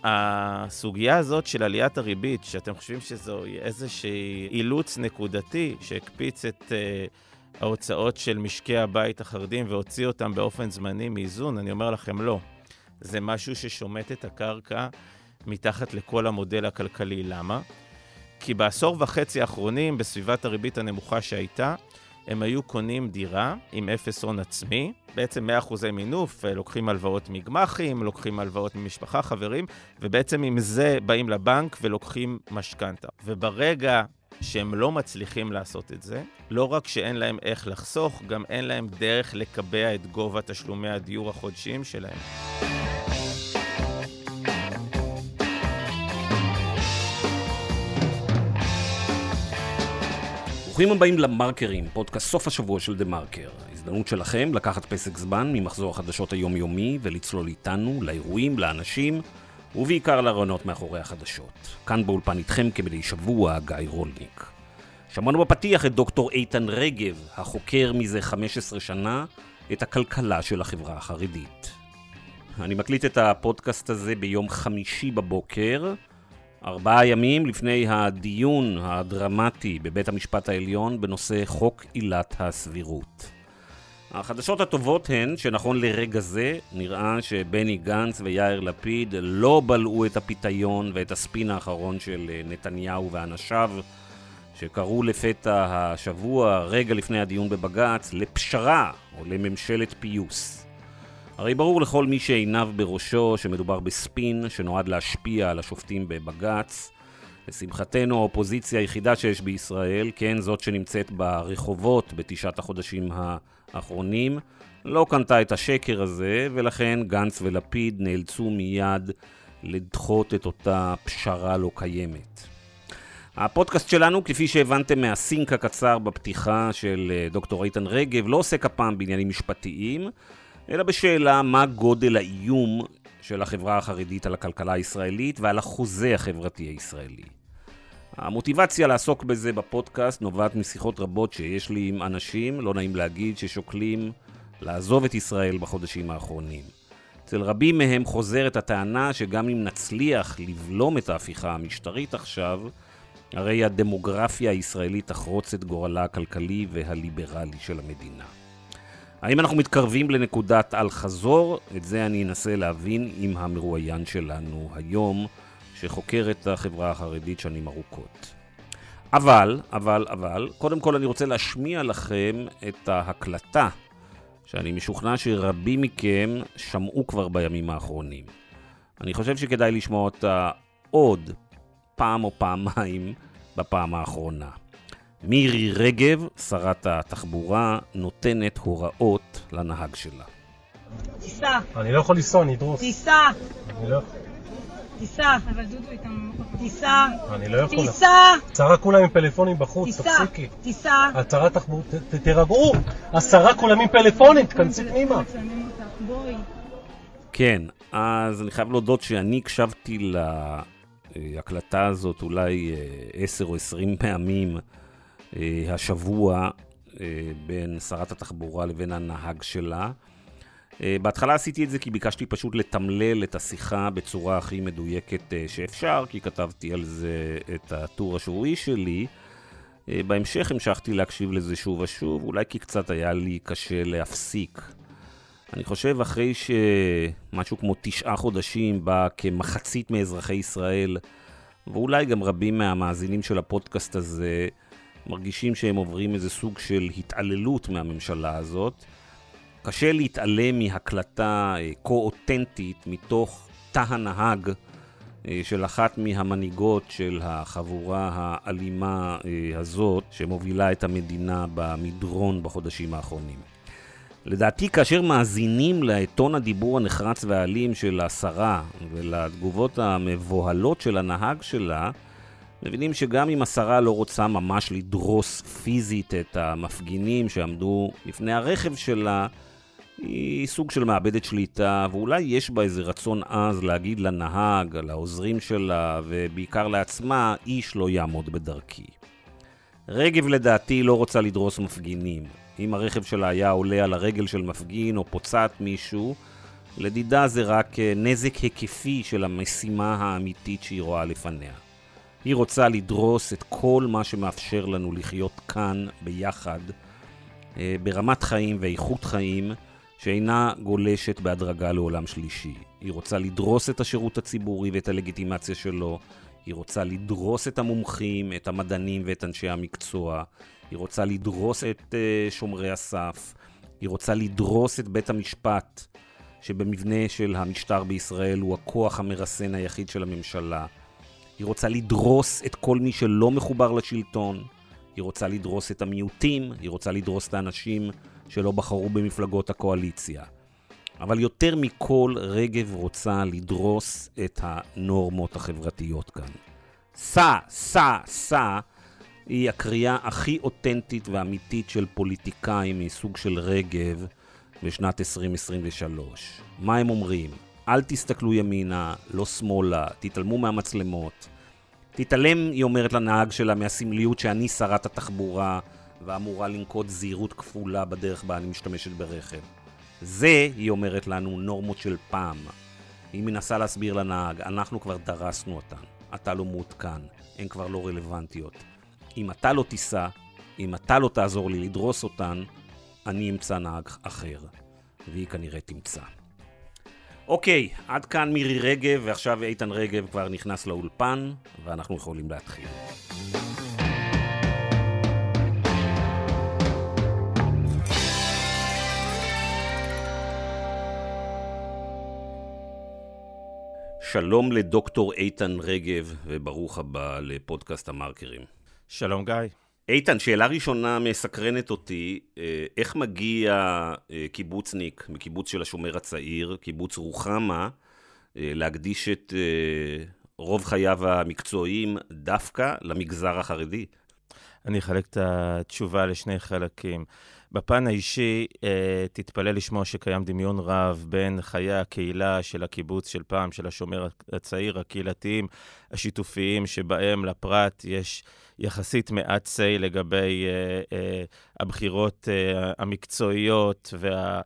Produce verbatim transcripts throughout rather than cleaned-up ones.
הסוגיה הזאת של עליית הריבית, שאתם חושבים שזו איזשהו אילוץ נקודתי שהקפיץ את uh, ההוצאות של משקי הבית החרדים והוציא אותם באופן זמני מאיזון, אני אומר לכם לא. זה משהו ששומט את הקרקע מתחת לכל המודל הכלכלי. למה? כי בעשור וחצי האחרונים, בסביבת הריבית הנמוכה שהייתה, הם היו קונים דירה עם אפס הון עצמי, בעצם מאה אחוזי מינוף, לוקחים הלוואות מגמחים, לוקחים הלוואות ממשפחה, חברים, ובעצם עם זה באים לבנק ולוקחים משכנתה. וברגע שהם לא מצליחים לעשות את זה, לא רק שאין להם איך לחסוך, גם אין להם דרך לקבע את גובה תשלומי הדיור החודשיים שלהם. ברוכים הבאים למרקרים, פודקאסט סוף השבוע של דה מרקר. הזדמנות שלכם לקחת פסק זמן ממחזור החדשות היומיומי ולצלול איתנו לאירועים, לאנשים ובעיקר לרעיונות מאחורי החדשות. כאן באולפן איתכם כמדי שבוע גיא רולניק. שמענו בפתיח את דוקטור איתן רגב, החוקר מזה חמש עשרה שנה את הכלכלה של החברה החרדית. אני מקליט את הפודקאסט הזה ביום חמישי בבוקר, ארבעה ימים לפני הדיון הדרמטי בבית המשפט העליון בנושא חוק עילת הסבירות. החדשות הטובות הן שנכון לרגע זה נראה שבני גנץ ויאיר לפיד לא בלעו את הפיתיון ואת הספין האחרון של נתניהו ואנשיו, שקראו לפתע השבוע רגע לפני הדיון בבג"ץ לפשרה או לממשלת פיוס. הרי ברור לכל מי שעיניו בראשו שמדובר בספין שנועד להשפיע על השופטים בבג"ץ. לשמחתנו האופוזיציה היחידה שיש בישראל, כן, זאת שנמצאת ברחובות בתשעת החודשים האחרונים, לא קנתה את השקר הזה, ולכן גנץ ולפיד נאלצו מיד לדחות את אותה פשרה לא קיימת. הפודקאסט שלנו, כפי שהבנתם מהסינק הקצר בפתיחה של דוקטור איתן רגב, לא עוסק הפעם בעניינים משפטיים, אלא בשאלה מה גודל האיום של החברה החרדית על הכלכלה הישראלית ועל החוזה החברתי הישראלי. המוטיבציה לעסוק בזה בפודקאסט נובעת משיחות רבות שיש לי עם אנשים, לא נעים להגיד, ששוקלים לעזוב את ישראל בחודשים האחרונים. אצל רבים מהם חוזרת הטענה שגם אם נצליח לבלום את ההפיכה המשטרית עכשיו, הרי הדמוגרפיה הישראלית תחרוץ את גורלה הכלכלי והליברלי של המדינה. האם אנחנו מתקרבים לנקודת על חזור? את זה אני אנסה להבין עם המרואיין שלנו היום, שחוקר את החברה החרדית שנים ארוכות. אבל, אבל, אבל, קודם כל אני רוצה להשמיע לכם את ההקלטה, שאני משוכנע שרבים מכם שמעו כבר בימים האחרונים. אני חושב שכדאי לשמוע אותה עוד פעם או פעמיים בפעם האחרונה. מירי רגב, שרת התחבורה, נותנת הוראות לנהג שלה. תיסע. אני לא יכול לנסוע, נדרוס. תיסע. אני לא... תיסע. אבל דודו איתם... תיסע. אני לא יכול... תיסע. עשרה כולם עם פלאפונים בחוץ, תפסיקי. תיסע. הצהרה תחבורה... תרגעו. עשרה כולם עם פלאפונים, תכנסי פנימה. בואי. כן, אז אני חייב להודות שאני הקשבתי להקלטה הזאת אולי עשר או עשרים פעמים, השבוע בין שרת התחבורה לבין הנהג שלה. בהתחלה עשיתי את זה כי ביקשתי פשוט לתמלל את השיחה בצורה הכי מדויקת שאפשר, כי כתבתי על זה את הטור השבועי שלי. בהמשך המשכתי להקשיב לזה שוב ושוב, אולי כי קצת היה לי קשה להפסיק. אני חושב אחרי שמשהו כמו תשעה חודשים בא כמחצית מאזרחי ישראל, ואולי גם רבים מהמאזינים של הפודקאסט הזה, מרגישים שהם עוברים איזה סוג של התעללות מהממשלה הזאת. קשה להתעלם מהקלטה כה-אותנטית מתוך תא הנהג של אחת מהמנהיגות של החבורה האלימה הזאת, שמובילה את המדינה במדרון בחודשים האחרונים. לדעתי, כאשר מאזינים לעיתון הדיבור הנחרץ והאלים של השרה ולתגובות המבוהלות של הנהג שלה, מבינים שגם אם השרה לא רוצה ממש לדרוס פיזית את המפגינים שעמדו לפני הרכב שלה, היא סוג של מאבדת שליטה, ואולי יש בה איזה רצון עז להגיד לנהג, לעוזרים שלה, ובעיקר לעצמה, איש לא יעמוד בדרכי. רגב לדעתי לא רוצה לדרוס מפגינים. אם הרכב שלה היה עולה על הרגל של מפגין או פוצעת מישהו, לדידה זה רק נזק היקפי של המשימה האמיתית שהיא רואה לפניה. היא רוצה לדרוס את כל מה שמאפשר לנו לחיות כאן ביחד, ברמת חיים ואיכות חיים שאינה גולשת בהדרגה לעולם שלישי. היא רוצה לדרוס את השירות הציבורי ואת הלגיטימציה שלו, היא רוצה לדרוס את המומחים, את המדענים ואת אנשי המקצוע, היא רוצה לדרוס את שומרי הסף, היא רוצה לדרוס את בית המשפט, שבמבנה של המשטר בישראל הוא הכוח המרסן היחיד של הממשלה. היא רוצה לדרוס את כל מי שלא מחובר לשלטון, היא רוצה לדרוס את המיעוטים, היא רוצה לדרוס את האנשים שלא בחרו במפלגות הקואליציה. אבל יותר מכל, רגב רוצה לדרוס את הנורמות החברתיות כאן. סע, סע, סע, היא הקריאה הכי אותנטית ואמיתית של פוליטיקאים מסוג של רגב בשנת עשרים עשרים ושלוש. מה הם אומרים? אל תסתכלו ימינה, לא שמאלה, תתעלמו מהמצלמות. תתעלם, היא אומרת לנהג שלה, מהסמליות שאני שרת התחבורה ואמורה לנקוט זהירות כפולה בדרך בה אני משתמשת ברכב. זה, היא אומרת לנו, נורמות של פעם. היא מנסה להסביר לנהג, אנחנו כבר דרסנו אותן, אתה לא מעודכן, הן כבר לא רלוונטיות. אם אתה לא תיסע, אם אתה לא תעזור לי לדרוס אותן, אני אמצא נהג אחר, והיא כנראה תמצא. אוקיי, עד כאן מירי רגב, ועכשיו איתן רגב כבר נכנס לאולפן, ואנחנו יכולים להתחיל. שלום לדוקטור איתן רגב, וברוך הבא לפודקאסט המרקרים. שלום גיא. איתן, שאלה ראשונה מסקרנת אותי, איך מגיע קיבוצניק מקיבוץ של השומר הצעיר, קיבוץ רוחמה, להקדיש את רוב חייו המקצועיים דווקא למגזר החרדי? אני אחלק את התשובה לשני חלקים. בפן האישי, תתפלא לשמוע שקיים דמיון רב בין חיי הקהילה של הקיבוץ של פעם, של השומר הצעיר, הקהילתיים, השיתופיים, שבהם לפרט יש יחסית מעט סי לגבי uh, uh, הבחירות uh, המקצועיות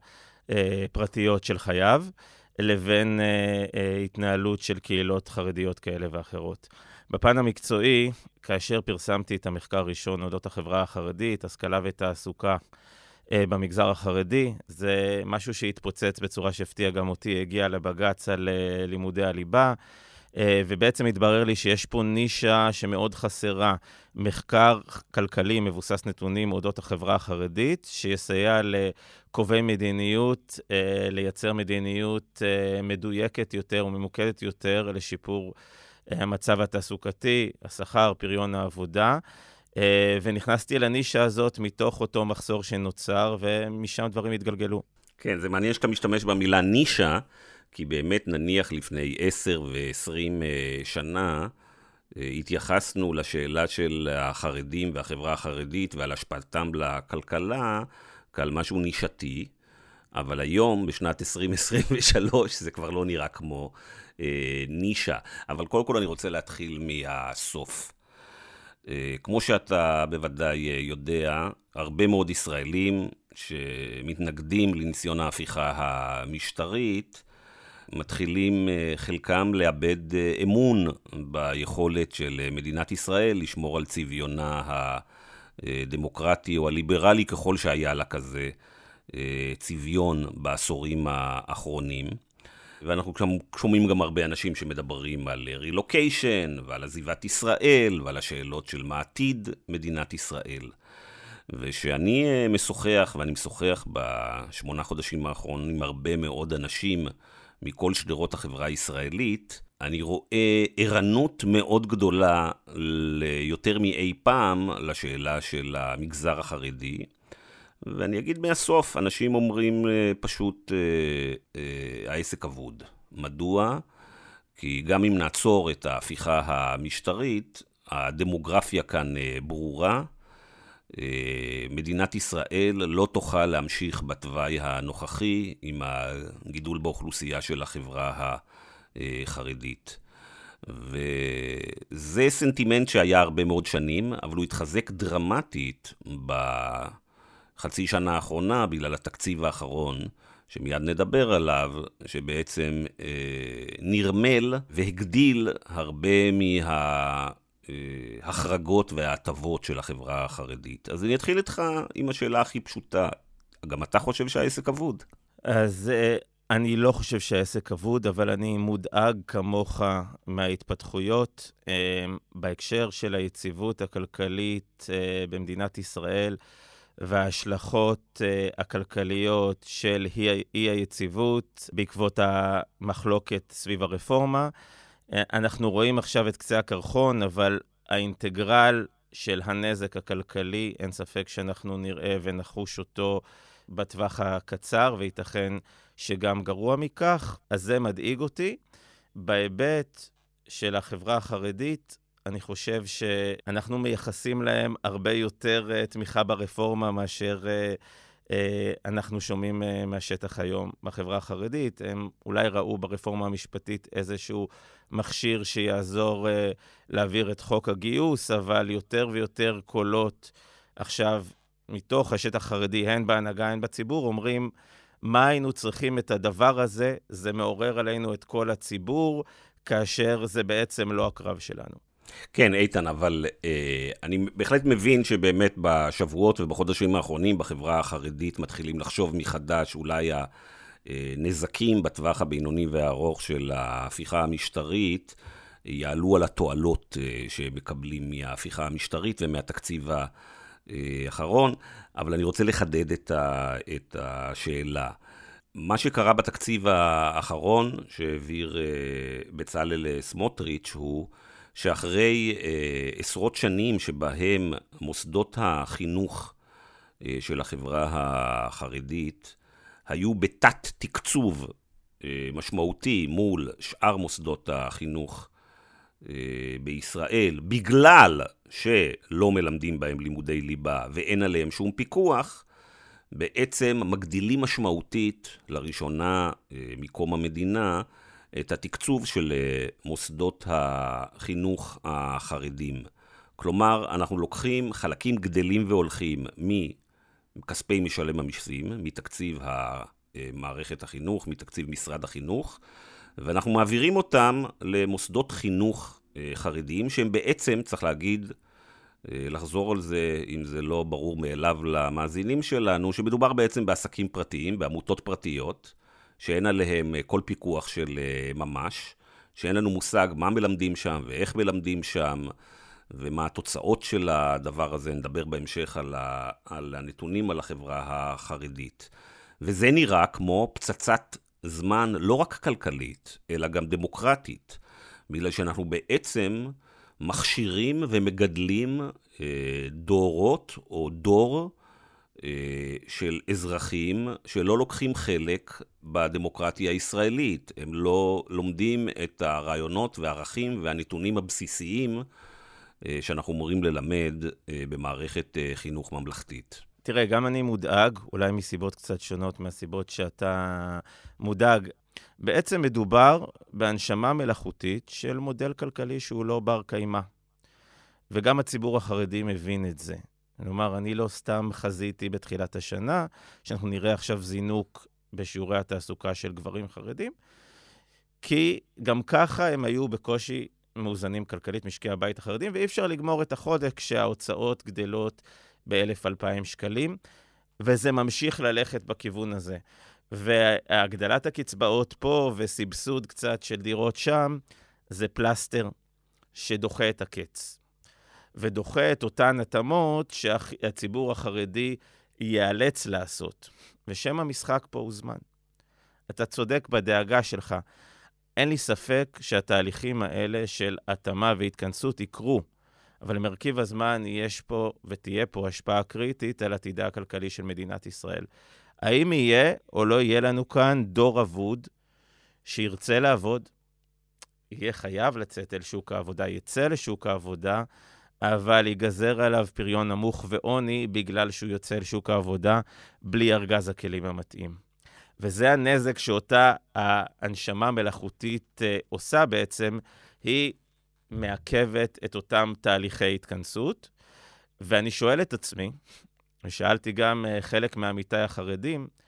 והפרטיות של חייו, לבין uh, uh, התנהלות של קהילות חרדיות כאלה ואחרות. בפן המקצועי, כאשר פרסמתי את המחקר הראשון אודות החברה החרדית, השכלה ותעסוקה uh, במגזר החרדי, זה משהו שהתפוצץ בצורה שהפתיע גם אותי, הגיע לבג"ץ על uh, לימודי הליבה, ובעצם התברר לי שיש פה נישה שמאוד חסרה, מחקר כלכלי מבוסס נתונים אודות החברה החרדית, שיסייע לקובעי מדיניות, לייצר מדיניות מדויקת יותר וממוקדת יותר לשיפור המצב התעסוקתי, השכר, פריון העבודה, ונכנסתי לנישה הזאת מתוך אותו מחסור שנוצר, ומשם דברים התגלגלו. כן, זה מעניין שאתה משתמש במילה נישה, כי באמת נניח לפני עשר ועשרים שנה, התייחסנו לשאלה של החרדים והחברה החרדית ועל השפעתם לכלכלה כעל משהו נישתי, אבל היום, בשנת עשרים עשרים ושלוש, זה כבר לא נראה כמו אה, נישה. אבל קודם כל אני רוצה להתחיל מהסוף. אה, כמו שאתה בוודאי יודע, הרבה מאוד ישראלים שמתנגדים לניסיון ההפיכה המשטרית, מתחילים חלקם לאבד אמון ביכולת של מדינת ישראל לשמור על צביונה הדמוקרטי או הליברלי ככל שהיה לה כזה צביון בעשורים האחרונים. ואנחנו שומעים גם הרבה אנשים שמדברים על רילוקיישן ועל עזיבת ישראל ועל השאלות של מה עתיד מדינת ישראל. ושאני משוחח, ואני משוחח בשמונה חודשים האחרונים עם הרבה מאוד אנשים מכל שדרות החברה הישראלית, אני רואה ערנות מאוד גדולה ליותר מאי פעם לשאלה של המגזר החרדי, ואני אגיד מהסוף, אנשים אומרים פשוט העסק אבוד. מדוע? כי גם אם נעצור את ההפיכה המשטרית, הדמוגרפיה כאן ברורה, מדינת ישראל לא תוכל להמשיך בתוואי הנוכחי עם הגידול באוכלוסייה של החברה החרדית. וזה סנטימנט שהיה הרבה מאוד שנים, אבל הוא התחזק דרמטית בחצי שנה האחרונה בגלל התקציב האחרון שמיד נדבר עליו, שבעצם אה, נרמל והגדיל הרבה מההחרגות וההטבות של החברה החרדית. אז אני אתחיל איתך עם השאלה הכי פשוטה. גם אתה חושב שהעסק אבוד? אז אני לא חושב שהעסק אבוד, אבל אני מודאג כמוך מההתפתחויות בהקשר של היציבות הכלכלית במדינת ישראל, וההשלכות הכלכליות של אי היציבות בעקבות המחלוקת סביב הרפורמה. אנחנו רואים עכשיו את קצה הקרחון, אבל האינטגרל של הנזק הכלכלי, אין ספק שאנחנו נראה ונחוש אותו בטווח הקצר, וייתכן שגם גרוע מכך. אז זה מדאיג אותי. בהיבט של החברה החרדית, אני חושב שאנחנו מייחסים להם הרבה יותר תמיכה ברפורמה מאשר אנחנו שומעים מהשטח היום בחברה החרדית. הם אולי ראו ברפורמה המשפטית איזשהו מכשיר שיעזור להעביר את חוק הגיוס, אבל יותר ויותר קולות עכשיו מתוך השטח החרדי, הן בהנהגה, הן בציבור, אומרים מה היינו צריכים את הדבר הזה, זה מעורר עלינו את כל הציבור, כאשר זה בעצם לא הקרב שלנו. כן, איתן, אבל אה, אני בהחלט מבין שבאמת בשבועות ובחודשים האחרונים בחברה החרדית מתחילים לחשוב מחדש אולי הנזקים בטווח הבינוני והארוך של ההפיכה המשטרית יעלו על התועלות אה, שמקבלים מההפיכה המשטרית ומהתקציב האחרון, אבל אני רוצה לחדד את, ה, את השאלה. מה שקרה בתקציב האחרון שהעביר אה, בצלאל סמוטריץ' הוא שאחרי אה, עשרות שנים שבהם מוסדות החינוך אה, של החברה החרדית היו בתת תקצוב אה, משמעותי מול שאר מוסדות החינוך אה, בישראל, בגלל שלא מלמדים בהם לימודי ליבה ואין עליהם שום פיקוח, בעצם מגדילים משמעותית לראשונה אה, מקום המדינה את התקצוב של מוסדות החינוך החרדים. כלומר, אנחנו לוקחים חלקים גדלים והולכים מכספי משלם המסים, מתקציב מערכת החינוך, מתקציב משרד החינוך, ואנחנו מעבירים אותם למוסדות חינוך חרדיים, שהם בעצם, צריך להגיד, לחזור על זה, אם זה לא ברור מאליו למאזינים שלנו, שמדובר בעצם בעסקים פרטיים, בעמותות פרטיות, שאין עליהם כל פיקוח של ממש, שאין לנו מושג מה מלמדים שם ואיך מלמדים שם, ומה התוצאות של הדבר הזה. נדבר בהמשך על, ה, על הנתונים על החברה החרדית. וזה נראה כמו פצצת זמן לא רק כלכלית, אלא גם דמוקרטית, בגלל שאנחנו בעצם מכשירים ומגדלים אה, דורות או דור, של אזרחים שלא לוקחים חלק בדמוקרטיה הישראלית. הם לא לומדים את הרעיונות והערכים והנתונים הבסיסיים שאנחנו אמורים ללמד במערכת חינוך ממלכתית. תראה, גם אני מודאג, אולי מסיבות קצת שונות מהסיבות שאתה מודאג. בעצם מדובר בהנשמה מלאכותית של מודל כלכלי שהוא לא בר קיימא. וגם הציבור החרדי מבין את זה. כלומר, אני לא סתם חזיתי בתחילת השנה, שאנחנו נראה עכשיו זינוק בשיעורי התעסוקה של גברים חרדים, כי גם ככה הם היו בקושי מאוזנים כלכלית משקי הבית החרדים, ואי אפשר לגמור את החודש כשההוצאות גדלות באלף אלפיים שקלים, וזה ממשיך ללכת בכיוון הזה. והגדלת הקצבאות פה וסבסוד קצת של דירות שם, זה פלסטר שדוחה את הקץ. ודוחה את אותן התאמות שהציבור החרדי ייאלץ לעשות. ושם המשחק פה הוא זמן. אתה צודק בדאגה שלך. אין לי ספק שהתהליכים האלה של התאמה והתכנסות יקרו, אבל למרכיב הזמן יש פה ותהיה פה השפעה קריטית על עתידה הכלכלי של מדינת ישראל. האם יהיה או לא יהיה לנו כאן דור אבוד שירצה לעבוד? יהיה חייב לצאת אל שוק העבודה, יצא לשוק העבודה, אבל ייגזר עליו פריון נמוך ועוני בגלל שהוא יוצא לשוק העבודה בלי ארגז הכלים המתאים. וזה הנזק שאותה ההנשמה מלאכותית עושה בעצם, היא מעכבת את אותם תהליכי התכנסות. ואני שואל את עצמי, ושאלתי גם חלק מעמיתי החרדים,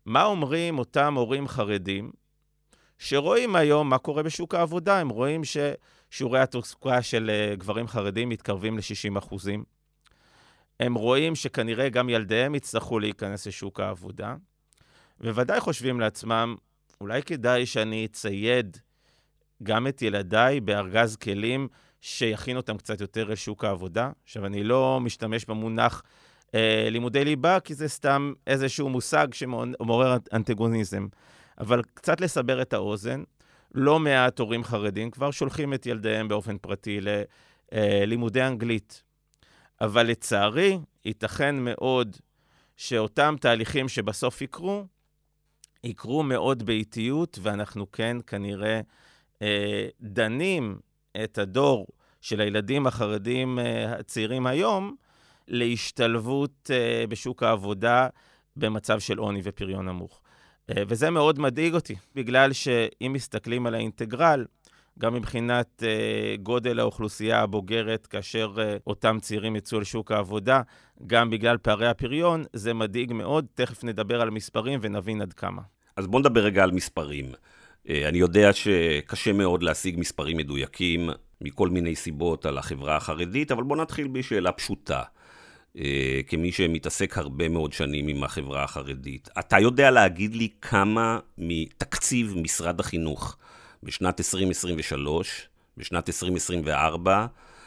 מה אומרים אותם הורים חרדים שרואים היום מה קורה בשוק העבודה? הם רואים ששיעורי התעסוקה של גברים חרדים מתקרבים ל-שישים אחוזים. הם רואים שכנראה גם ילדיהם יצטרכו להיכנס לשוק העבודה, וודאי חושבים לעצמם, אולי כדאי שאני אצייד גם את ילדיי בארגז כלים שיכין אותם קצת יותר לשוק העבודה. עכשיו, אני לא משתמש במונח אה, לימודי ליבה, כי זה סתם איזשהו מושג שמעורר אנטגוניזם. אבל קצת לסבר את האוזן, לא מעט הורים חרדים כבר שולחים את ילדיהם באופן פרטי ללימודי אנגלית. אבל לצערי, ייתכן מאוד שאותם תהליכים שבסוף יקרו, יקרו מאוד באיטיות, ואנחנו כן כנראה אה, דנים את הדור של הילדים החרדים אה, הצעירים היום, להשתלבות אה, בשוק העבודה במצב של עוני ופריון נמוך. אה, וזה מאוד מדאיג אותי, בגלל שאם מסתכלים על האינטגרל, גם מבחינת אה, גודל האוכלוסייה הבוגרת, כאשר אה, אותם צעירים יצאו לשוק העבודה, גם בגלל פערי הפריון, זה מדאיג מאוד. תכף נדבר על מספרים ונבין עד כמה. אז בוא נדבר רגע על מספרים. אני יודע שקשה מאוד להשיג מספרים מדויקים מכל מיני סיבות על החברה החרדית, אבל בוא נתחיל בשאלה פשוטה. כמי שמתעסק הרבה מאוד שנים עם החברה החרדית, אתה יודע להגיד לי כמה מתקציב משרד החינוך בשנת עשרים עשרים ושלוש, בשנת עשרים עשרים וארבע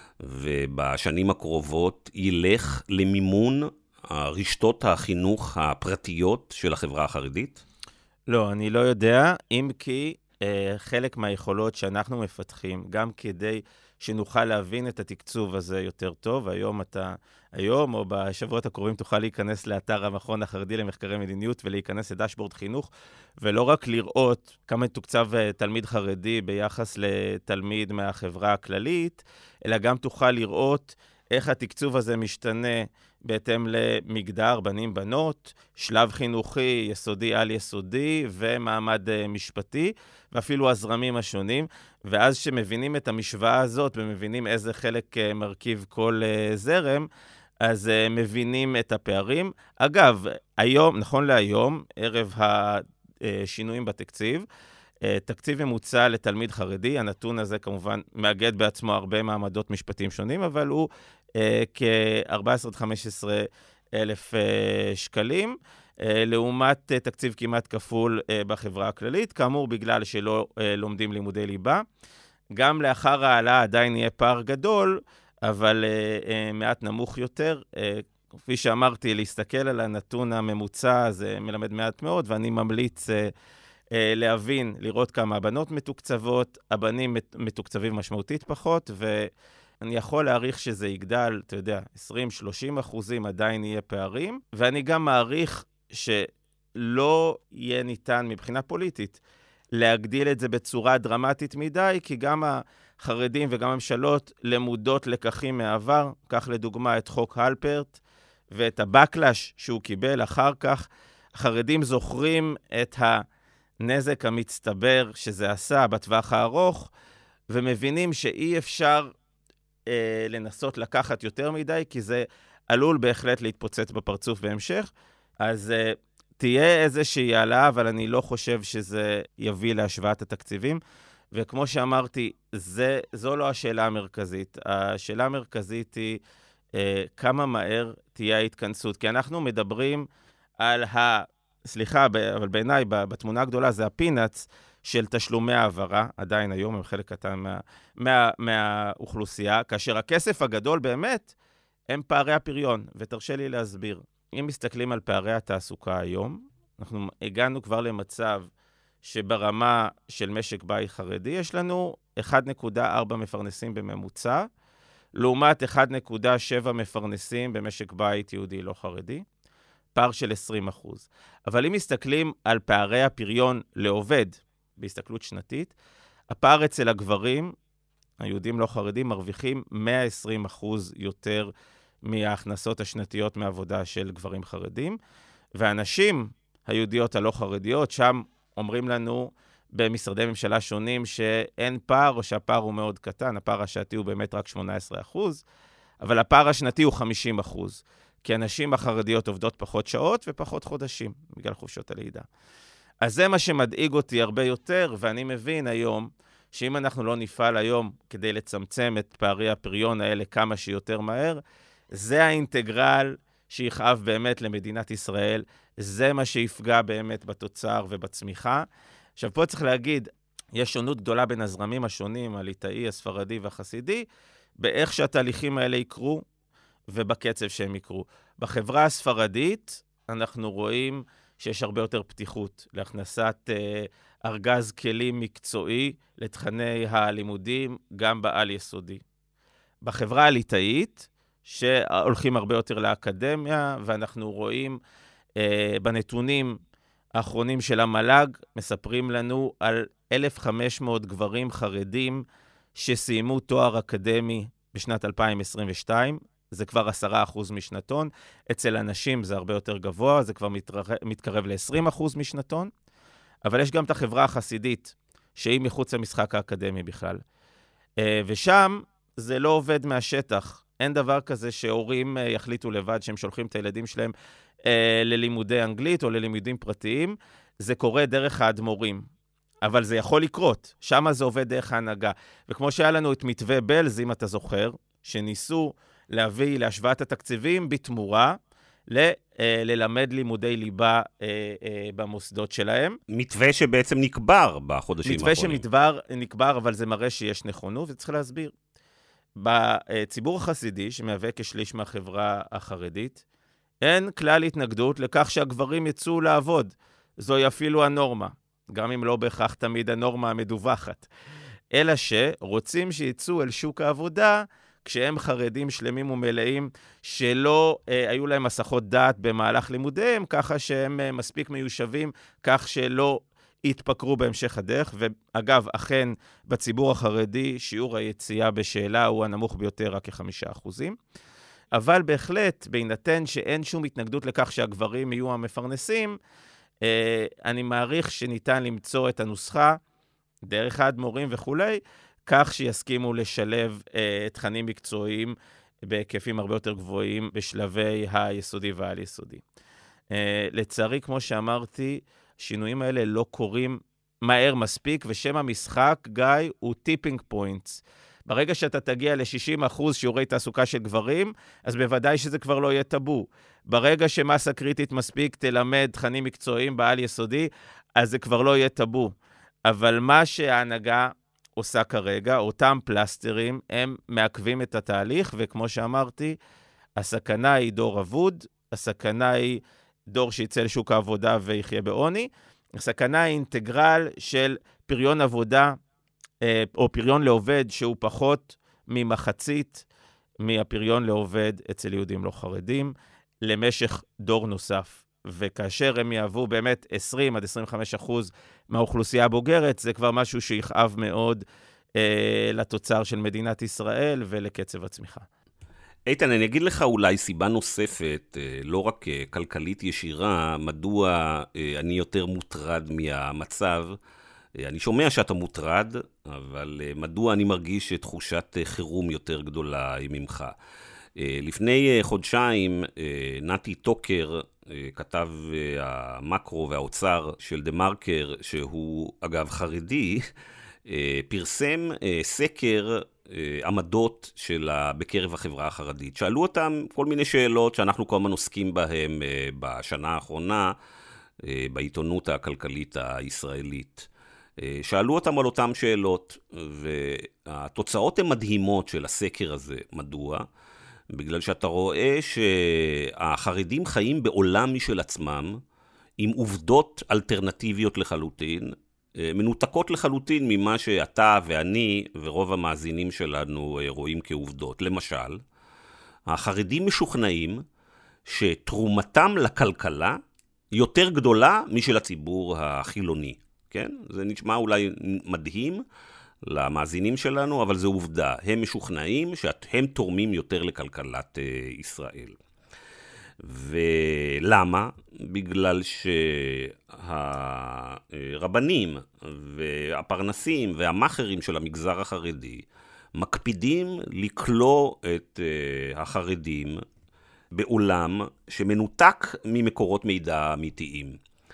ובשנים הקרובות ילך למימון רשתות החינוך הפרטיות של החברה החרדית? לא, אני לא יודע, אם כי אה, חלק מהיכולות שאנחנו מפתחים, גם כדי שנוכל להבין את התקצוב הזה יותר טוב, היום אתה, היום או בשבועות הקרובים תוכל להיכנס לאתר המכון החרדי למחקרי מדיניות ולהיכנס לדשבורד חינוך, ולא רק לראות כמה תוקצב תלמיד חרדי ביחס לתלמיד מהחברה הכללית, אלא גם תוכל לראות איך התקצוב הזה משתנה בהתאם למגדר, בנים, בנות, שלב חינוכי, יסודי, על יסודי ומעמד משפטי, ואפילו הזרמים השונים. ואז שמבינים את המשוואה הזאת ומבינים איזה חלק מרכיב כל זרם, אז מבינים את הפערים. אגב, היום, נכון להיום, ערב השינויים בתקציב, תקציב ממוצע לתלמיד חרדי, הנתון הזה כמובן מאגד בעצמו הרבה מעמדות משפטיים שונים, אבל הוא כ-ארבע עשרה עד חמש עשרה אלף שקלים, לעומת תקציב כמעט כפול בחברה הכללית, כאמור בגלל שלא לומדים לימודי ליבה. גם לאחר העלה עדיין יהיה פער גדול, אבל מעט נמוך יותר. כפי שאמרתי, להסתכל על הנתון הממוצע, זה מלמד מעט מאוד, ואני ממליץ להבין, לראות כמה הבנות מתוקצבות, הבנים מתוקצבים משמעותית פחות, ואני יכול להעריך שזה יגדל, אתה יודע, עשרים שלושים אחוזים עדיין יהיה פערים, ואני גם מעריך שלא יהיה ניתן מבחינה פוליטית להגדיל את זה בצורה דרמטית מדי, כי גם החרדים וגם הממשלות למודות לקחים מעבר, כך לדוגמה את חוק הלפרט, ואת הבקלש שהוא קיבל אחר כך. החרדים זוכרים את הנזק המצטבר שזה עשה בטווח הארוך, ומבינים שאי אפשר אה, לנסות לקחת יותר מדי, כי זה עלול בהחלט להתפוצץ בפרצוף בהמשך. אז אה, תהיה איזושהי העלאה, אבל אני לא חושב שזה יביא להשוואת התקציבים. וכמו שאמרתי, זה, זו לא השאלה המרכזית. השאלה המרכזית היא אה, כמה מהר תהיה ההתכנסות. כי אנחנו מדברים על ה... סליחה, אבל בעיניי, בתמונה הגדולה זה הפינאץ של תשלומי העברה, עדיין היום הם חלק קטן מה, מה, מהאוכלוסייה, כאשר הכסף הגדול באמת הם פערי הפריון. ותרשה לי להסביר. אם מסתכלים על פערי התעסוקה היום, אנחנו הגענו כבר למצב שברמה של משק בית חרדי יש לנו אחת נקודה ארבע מפרנסים בממוצע, לעומת אחת נקודה שבע מפרנסים במשק בית יהודי לא חרדי, פער של עשרים אחוז. אבל אם מסתכלים על פערי הפריון לעובד בהסתכלות שנתית, הפער אצל הגברים, היהודים לא חרדים, מרוויחים מאה ועשרים אחוז יותר מההכנסות השנתיות מעבודה של גברים חרדים, והנשים היהודיות הלא חרדיות, שם אומרים לנו במשרדי ממשלה שונים שאין פער או שהפער הוא מאוד קטן, הפער השעתי הוא באמת רק שמונה עשרה אחוז, אבל הפער השנתי הוא חמישים אחוז. כי הנשים החרדיות עובדות פחות שעות ופחות חודשים, בגלל חופשות הלידה. אז זה מה שמדאיג אותי הרבה יותר, ואני מבין היום, שאם אנחנו לא נפעל היום כדי לצמצם את פערי הפריון האלה כמה שיותר מהר, זה האינטגרל שיכאב באמת למדינת ישראל, זה מה שיפגע באמת בתוצר ובצמיחה. עכשיו פה צריך להגיד, יש שונות גדולה בין הזרמים השונים, הליטאי, הספרדי והחסידי, באיך שהתהליכים האלה יקרו ובקצב שהם יקרו. בחברה הספרדית אנחנו רואים שיש הרבה יותר פתיחות להכנסת אה, ארגז כלים מקצועי לתכני הלימודים, גם בעל יסודי. בחברה הליטאית, שהולכים הרבה יותר לאקדמיה, ואנחנו רואים אה, בנתונים האחרונים של המל"ג, מספרים לנו על אלף וחמש מאות גברים חרדים שסיימו תואר אקדמי בשנת אלפיים עשרים ושתיים, זה כבר עשרה אחוז משנתון, אצל אנשים זה הרבה יותר גבוה, זה כבר מתקרב, מתקרב ל-עשרים אחוז משנתון, אבל יש גם את החברה החסידית, שהיא מחוץ למשחק האקדמי בכלל. ושם זה לא עובד מהשטח, אין דבר כזה שהורים יחליטו לבד שהם שולחים את הילדים שלהם ללימודי אנגלית או ללימודים פרטיים, זה קורה דרך האדמו"רים. אבל זה יכול לקרות, שם זה עובד דרך ההנהגה. וכמו שהיה לנו את מתווה בלז, אם אתה זוכר, שניסו להביא להשוואת התקציבים בתמורה, ל, אה, ללמד לימודי ליבה אה, אה, במוסדות שלהם. מתווה שבעצם נקבר בחודשים מתווה האחרונים. מתווה שמתווה נקבר, אבל זה מראה שיש נכונות, וצריך להסביר. בציבור החסידי, שמהווה כשליש מהחברה החרדית, אין כלל התנגדות לכך שהגברים יצאו לעבוד. זוהי אפילו הנורמה. גם אם לא בהכרח תמיד הנורמה המדווחת, אלא שרוצים שיצאו אל שוק העבודה כשהם חרדים שלמים ומלאים שלא אה, היו להם מסכות דעת במהלך לימודיהם, ככה שהם אה, מספיק מיושבים, כך שלא יתפקרו בהמשך הדרך. ואגב, אכן בציבור החרדי שיעור היציאה בשאלה הוא הנמוך ביותר, רק כחמישה אחוזים. אבל בהחלט, בהינתן שאין שום התנגדות לכך שהגברים יהיו המפרנסים, Uh, אני מעריך שניתן למצוא את הנוסחה, דרך האדמו"רים וכולי, כך שיסכימו לשלב uh, תכנים מקצועיים בהיקפים הרבה יותר גבוהים בשלבי היסודי והעל יסודי. Uh, לצערי, כמו שאמרתי, שינויים האלה לא קורים מהר מספיק, ושם המשחק, גיא, הוא טיפינג פוינטס. ברגע שאתה תגיע ל-שישים אחוז שיעורי תעסוקה של גברים, אז בוודאי שזה כבר לא יהיה טאבו. ברגע שמסה קריטית מספיק תלמד תכנים מקצועיים בעל יסודי, אז זה כבר לא יהיה טאבו. אבל מה שההנהגה עושה כרגע, אותם פלסטרים, הם מעכבים את התהליך, וכמו שאמרתי, הסכנה היא דור אבוד, הסכנה היא דור שיצא לשוק העבודה ויחיה בעוני, הסכנה היא אינטגרל של פריון עבודה, או פריון לעובד שהוא פחות ממחצית מהפריון לעובד אצל יהודים לא חרדים, למשך דור נוסף. וכאשר הם יהוו באמת עשרים עד עשרים וחמישה אחוז מהאוכלוסייה הבוגרת, זה כבר משהו שיכאב מאוד אה, לתוצר של מדינת ישראל ולקצב הצמיחה. איתן, אני אגיד לך אולי סיבה נוספת, לא רק כלכלית ישירה, מדוע אני יותר מוטרד מהמצב. אני שומע שאתה מוטרד, אבל מדוע אני מרגיש תחושת חירום יותר גדולה ממך. לפני חודשיים, נתי טוקר, כתב המקרו והאוצר של דה מרקר, שהוא אגב חרדי, פרסם סקר עמדות של בקרב החברה החרדית. שאלו אותם כל מיני שאלות שאנחנו כל הזמן עוסקים בהם בשנה האחרונה, בעיתונות הכלכלית הישראלית. שאלו אותם על אותם שאלות, והתוצאות הן מדהימות של הסקר הזה. מדוע? בגלל שאתה רואה שהחרדים חיים בעולם משל עצמם, עם עובדות אלטרנטיביות לחלוטין, מנותקות לחלוטין ממה שאתה ואני ורוב המאזינים שלנו רואים כעובדות. למשל, החרדים משוכנעים שתרומתם לכלכלה יותר גדולה משל הציבור החילוני. כן? זה נשמע אולי מדהים למאזינים שלנו, אבל זו עובדה. הם משוכנעים שהם תורמים יותר לכלכלת ישראל. ולמה? בגלל שהרבנים והפרנסים והמאחרים של המגזר החרדי מקפידים לקלוא את החרדים בעולם שמנותק ממקורות מידע אמיתיים.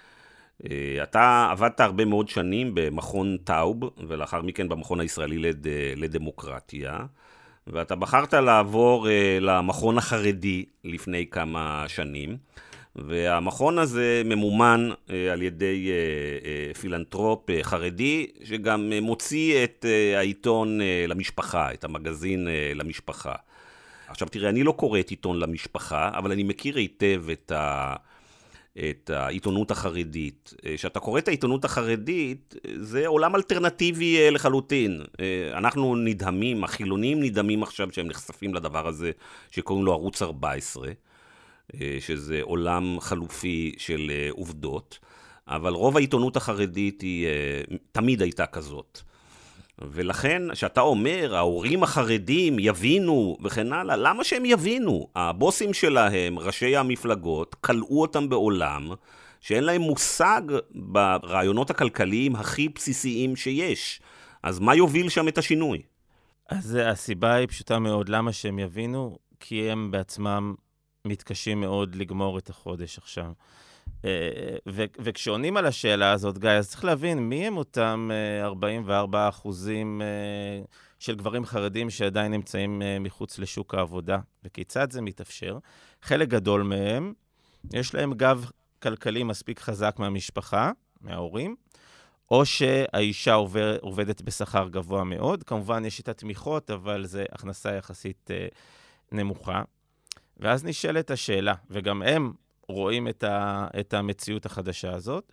אתה עבדת הרבה מאוד שנים במכון טאוב, ולאחר מכן במכון הישראלי לד... לדמוקרטיה, ואתה בחרת לעבור למכון החרדי לפני כמה שנים, והמכון הזה ממומן על ידי פילנטרופ חרדי, שגם מוציא את העיתון למשפחה, את המגזין למשפחה. עכשיו תראה, אני לא קורא את עיתון למשפחה, אבל אני מכיר היטב את ה... את העיתונות החרדית. כשאתה קורא את העיתונות החרדית, זה עולם אלטרנטיבי לחלוטין. אנחנו נדהמים, החילונים נדהמים עכשיו שהם נחשפים לדבר הזה שקוראים לו ערוץ ארבע עשרה, שזה עולם חלופי של עובדות, אבל רוב העיתונות החרדית היא תמיד הייתה כזאת. ולכן, שאתה אומר, ההורים החרדים יבינו וכן הלאה, למה שהם יבינו? הבוסים שלהם, ראשי המפלגות, קלעו אותם בעולם, שאין להם מושג ברעיונות הכלכליים הכי בסיסיים שיש. אז מה יוביל שם את השינוי? אז הסיבה היא פשוטה מאוד, למה שהם יבינו? כי הם בעצמם מתקשים מאוד לגמור את החודש עכשיו. ו- וכשעונים על השאלה הזאת, גיא, אז צריך להבין מי הם אותם ארבעים וארבעה אחוזים של גברים חרדים שעדיין נמצאים מחוץ לשוק העבודה, וכיצד זה מתאפשר. חלק גדול מהם, יש להם גב כלכלי מספיק חזק מהמשפחה, מההורים, או שהאישה עובד, עובדת בשכר גבוה מאוד. כמובן יש את התמיכות, אבל זה הכנסה יחסית נמוכה. ואז נשאלת השאלה, וגם הם רואים את, ה, את המציאות החדשה הזאת.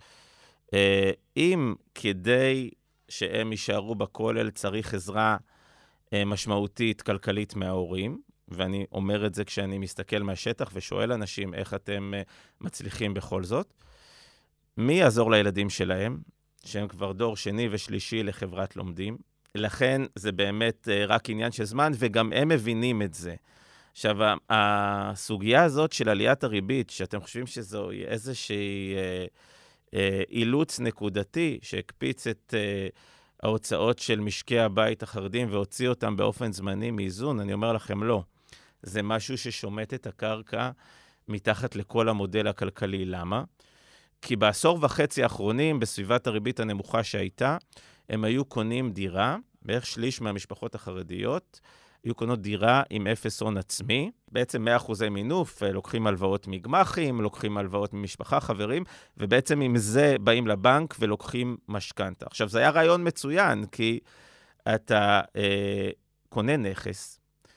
אם כדי שהם יישארו בכולל צריך עזרה משמעותית כלכלית מההורים, ואני אומר את זה כשאני מסתכל מהשטח ושואל אנשים איך אתם מצליחים בכל זאת, מי יעזור לילדים שלהם, שהם כבר דור שני ושלישי לחברת לומדים? לכן זה באמת רק עניין של זמן, וגם הם מבינים את זה. עכשיו, הסוגיה הזאת של עליית הריבית, שאתם חושבים שזו איזושהי אה, אה, אילוץ נקודתי, שהקפיץ את אה, ההוצאות של משקי הבית החרדים והוציא אותם באופן זמני מאיזון, אני אומר לכם לא. זה משהו ששומט את הקרקע מתחת לכל המודל הכלכלי. למה? כי בעשור וחצי האחרונים, בסביבת הריבית הנמוכה שהייתה, הם היו קונים דירה, בערך שליש מהמשפחות החרדיות, היו קונות דירה עם אפס הון עצמי, בעצם מאה אחוזי מינוף, לוקחים הלוואות מגמחים, לוקחים הלוואות ממשפחה, חברים, ובעצם עם זה באים לבנק ולוקחים משכנתה. עכשיו, זה היה רעיון מצוין, כי אתה אה, קונה נכס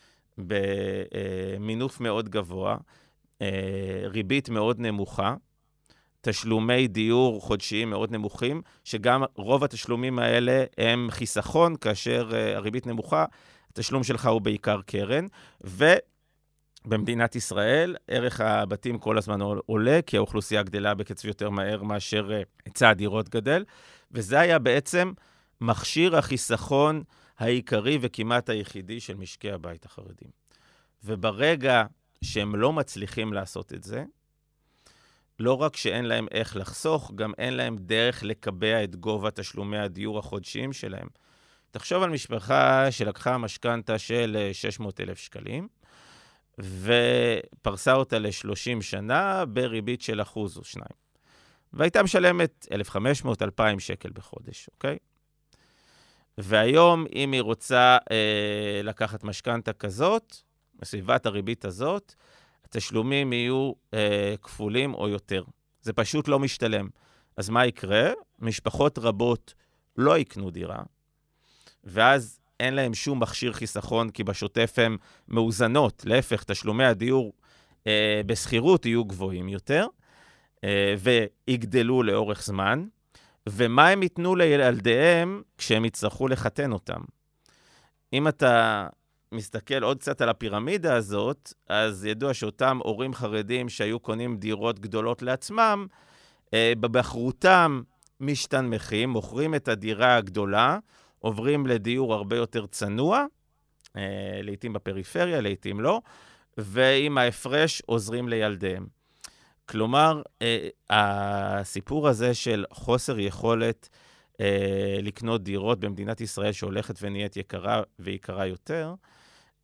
במינוף מאוד גבוה, אה, ריבית מאוד נמוכה, תשלומי דיור חודשיים מאוד נמוכים, שגם רוב התשלומים האלה הם חיסכון, כאשר אה, הריבית נמוכה, התשלום שלך הוא בעיקר קרן, ובמדינת ישראל ערך הבתים כל הזמן עולה, כי האוכלוסייה גדלה בקצב יותר מהר מאשר היצע הדירות גדל, וזה היה בעצם מכשיר החיסכון העיקרי וכמעט היחידי של משקי הבית החרדים. וברגע שהם לא מצליחים לעשות את זה, לא רק שאין להם איך לחסוך, גם אין להם דרך לקבע את גובה תשלומי הדיור החודשיים שלהם. תחשוב על משפחה שלקחה משכנתה של שש מאות אלף שקלים, ופרסה אותה ל-שלושים שנה בריבית של אחוז או שניים. והייתה משלמת אלף וחמש מאות עד אלפיים שקל בחודש, אוקיי? והיום, אם היא רוצה אה, לקחת משכנתה כזאת, בסביבת הריבית הזאת, התשלומים יהיו אה, כפולים או יותר. זה פשוט לא משתלם. אז מה יקרה? משפחות רבות לא יקנו דירה, ואז אין להם שום מכשיר חיסכון, כי בשוטף הם מאוזנות. להפך, תשלומי הדיור אה, בסחירות יהיו גבוהים יותר, אה, ויגדלו לאורך זמן. ומה הם ייתנו לילדיהם כשהם יצטרכו לחתן אותם? אם אתה מסתכל עוד קצת על הפירמידה הזאת, אז ידוע שאותם הורים חרדים שהיו קונים דירות גדולות לעצמם, אה, בבחרותם משתנמכים, מוכרים את הדירה הגדולה, עוברים לדיור הרבה יותר צנוע, אה, לעתים בפריפריה, לעתים לא, ועם ההפרש עוזרים לילדיהם. כלומר, אה, הסיפור הזה של חוסר יכולת אה, לקנות דירות במדינת ישראל שהולכת ונהיית יקרה ויקרה יותר,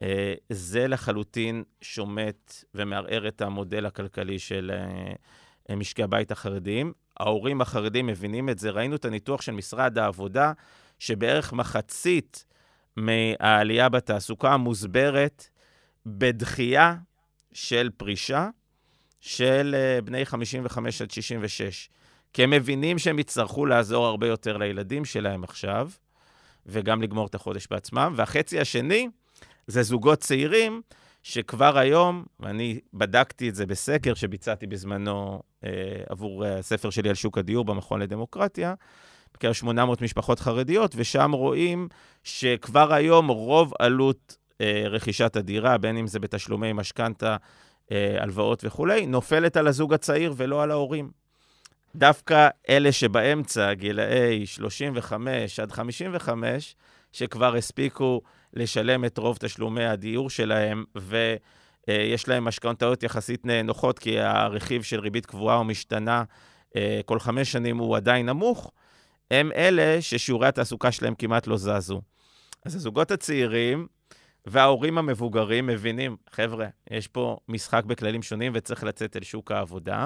זה לחלוטין שומט ומערער את המודל הכלכלי של משקי הבית החרדיים. ההורים החרדים מבינים את זה, ראינו את הניתוח של משרד העבודה, שבערך מחצית מהעלייה בתעסוקה מוסברת בדחייה של פרישה של בני חמישים וחמש עד שישים ושש. כי הם מבינים שהם יצטרכו לעזור הרבה יותר לילדים שלהם עכשיו, וגם לגמור את החודש בעצמם. והחצי השני זה זוגות צעירים, שכבר היום, ואני בדקתי את זה בסקר שביצעתי בזמנו אה, עבור הספר שלי על שוק הדיור במכון לדמוקרטיה, בקרב שמונה מאות משפחות חרדיות, ושם רואים שכבר היום רוב עלות אה, רכישת הדירה, בין אם זה בתשלומי משכנתה, אה, הלוואות וכו', נופלת על הזוג הצעיר ולא על ההורים. דווקא אלה שבאמצע, גילאי שלושים וחמש עד חמישים וחמש, שכבר הספיקו לשלם את רוב תשלומי הדיור שלהם, ויש להם משכנתאות יחסית נוחות, כי הרכיב של ריבית קבועה או משתנה כל חמש שנים הוא עדיין נמוך, הם אלה ששיעורי התעסוקה שלהם כמעט לא זזו. אז הזוגות הצעירים וההורים המבוגרים מבינים, חבר'ה, יש פה משחק בכללים שונים וצריך לצאת אל שוק העבודה,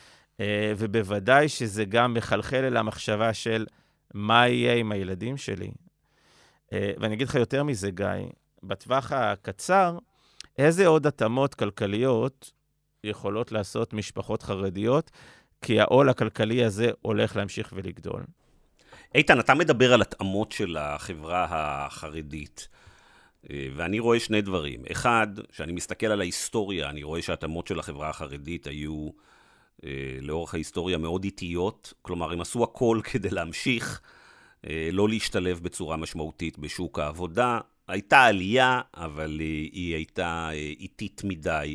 ובוודאי שזה גם מחלחל אל המחשבה של מה יהיה עם הילדים שלי. ואני אגיד לך יותר מזה, גיא, בטווח הקצר, איזה עוד התאמות כלכליות יכולות לעשות משפחות חרדיות, כי העול הכלכלי הזה הולך להמשיך ולגדול. איתן, אתה מדבר על התאמות של החברה החרדית, ואני רואה שני דברים. אחד, שאני מסתכל על ההיסטוריה, אני רואה שהתאמות של החברה החרדית היו לאורך ההיסטוריה מאוד איטיות, כלומר, הם עשו הכל כדי להמשיך, לא להשתלב בצורה משמעותית בשוק העבודה. הייתה עלייה, אבל היא הייתה איטית מדי,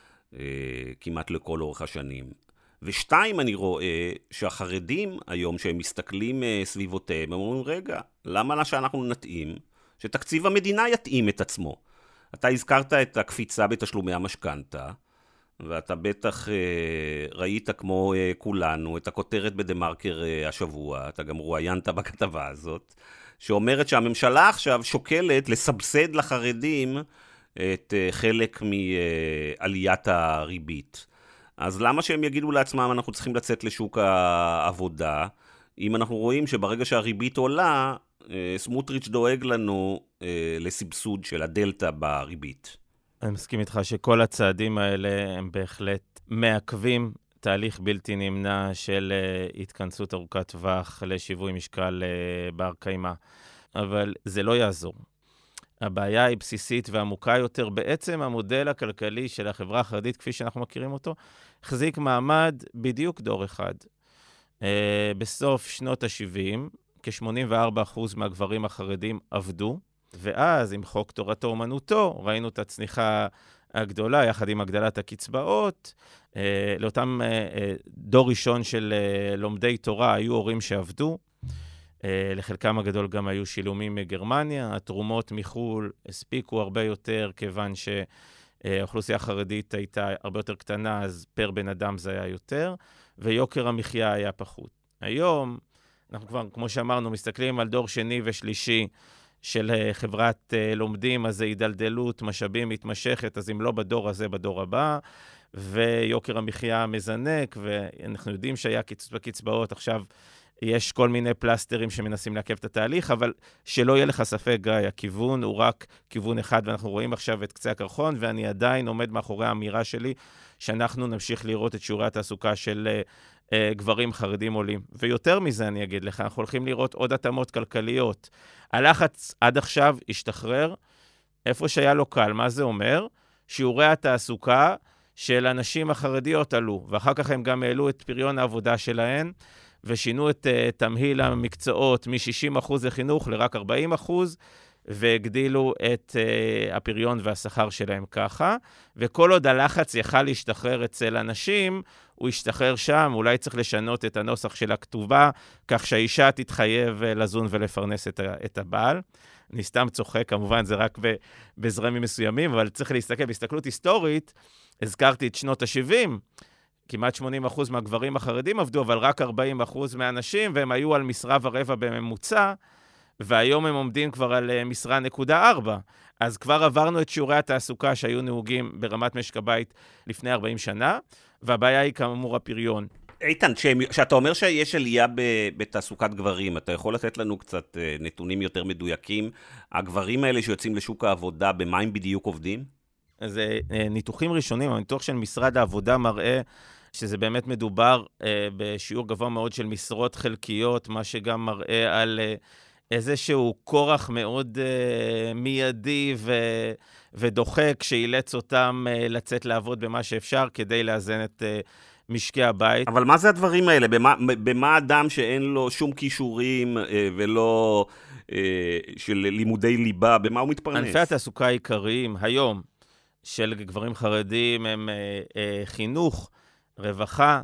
כמעט לכל אורך השנים. ושתיים, אני רואה שהחרדים היום, שהם מסתכלים סביבותיהם, הם אומרים, רגע, למה שאנחנו נתאים? שתקציב המדינה יתאים את עצמו. אתה הזכרת את הקפיצה בתשלומי המשכנתה, ואתה בטח ראית כמו כולנו את הכותרת בדמרקר השבוע, אתה גם רואיינת בכתבה הזאת, שאומרת שהממשלה עכשיו שוקלת לסבסד לחרדים את חלק מעליית הריבית. אז למה שהם יגידו לעצמם אנחנו צריכים לצאת לשוק העבודה, אם אנחנו רואים שברגע שהריבית עולה, סמוטריץ' דואג לנו לסבסוד של הדלטה בריבית? אני מסכים איתך שכל הצעדים האלה הם בהחלט מעכבים תהליך בלתי נמנע של התכנסות ארוכת טווח לשיווי משקל בר קיימא. אבל זה לא יעזור. הבעיה היא בסיסית ועמוקה יותר. בעצם המודל הכלכלי של החברה החרדית, כפי שאנחנו מכירים אותו, החזיק מעמד בדיוק דור אחד. בסוף שנות ה-שבעים, כ-שמונים וארבעה אחוז מהגברים החרדים עבדו, ואז עם חוק תורתו אומנותו, ראינו את הצניחה הגדולה, יחד עם הגדלת הקצבאות, אה, לאותם אה, אה, דור ראשון של אה, לומדי תורה, היו הורים שעבדו, אה, לחלקם הגדול גם היו שילומים מגרמניה, התרומות מחול הספיקו הרבה יותר, כיוון שהאוכלוסייה החרדית הייתה הרבה יותר קטנה, אז פר בן אדם זה היה יותר, ויוקר המחיה היה פחות. היום, אנחנו כבר, כמו שאמרנו, מסתכלים על דור שני ושלישי, של חברת לומדים, אז זה הידלדלות, משאבים מתמשכת, אז אם לא בדור הזה, בדור הבא, ויוקר המחיה מזנק, ואנחנו יודעים שהיה קיצוץ בקצבאות, עכשיו יש כל מיני פלסטרים שמנסים לעכב את התהליך, אבל שלא יהיה לך ספק, גיא, הכיוון הוא רק כיוון אחד, ואנחנו רואים עכשיו את קצה הקרחון, ואני עדיין עומד מאחורי האמירה שלי, שאנחנו נמשיך לראות את שיעורי התעסוקה של גברים חרדים עולים. ויותר מזה אני אגיד לך, אנחנו הולכים לראות עוד התאמות כלכליות. הלחץ עד עכשיו השתחרר, איפה שהיה לו קל. מה זה אומר? שיעורי התעסוקה של הנשים החרדיות עלו, ואחר כך הם גם העלו את פריון העבודה שלהן, ושינו את uh, תמהיל המקצועות מ-שישים אחוז לחינוך לרק ארבעים אחוז, והגדילו את uh, הפריון והשכר שלהם ככה, וכל עוד הלחץ יכל להשתחרר אצל אנשים, הוא ישתחרר שם, אולי צריך לשנות את הנוסח של הכתובה, כך שהאישה תתחייב לזון ולפרנס את, ה- את הבעל. אני סתם צוחק, כמובן זה רק ב- בזרמים מסוימים, אבל צריך להסתכל, בהסתכלות היסטורית, הזכרתי את שנות ה-שבעים, כמעט שמונים אחוז מהגברים החרדים עבדו, אבל רק ארבעים אחוז מהאנשים, והם היו על משרה ורבע בממוצע, והיום הם עומדים כבר על משרה נקודה ארבע. אז כבר עברנו את שיעורי התעסוקה שהיו נהוגים ברמת משק הבית לפני ארבעים שנה, והבעיה היא כאמור הפריון. איתן, שאתה אומר שיש עלייה בתעסוקת גברים, אתה יכול לתת לנו קצת נתונים יותר מדויקים? הגברים האלה שיוצאים לשוק העבודה, במה הם בדיוק עובדים? אז ניתוחים ראשונים, הניתוח של משרד העבודה מראה שזה באמת מדובר בשיעור גבוה מאוד של משרות חלקיות, מה שגם מראה על איזשהו כורח מאוד מיידי ו... ודוחק שאילץ אותם לצאת לעבוד במה שאפשר כדי לאזן את משקי הבית. אבל מה זה הדברים האלה? במה, במה אדם שאין לו שום כישורים ולא של לימודי ליבה, במה הוא מתפרנס? ענפי התעסוקה העיקריים היום של גברים חרדים הם חינוך, רווחה,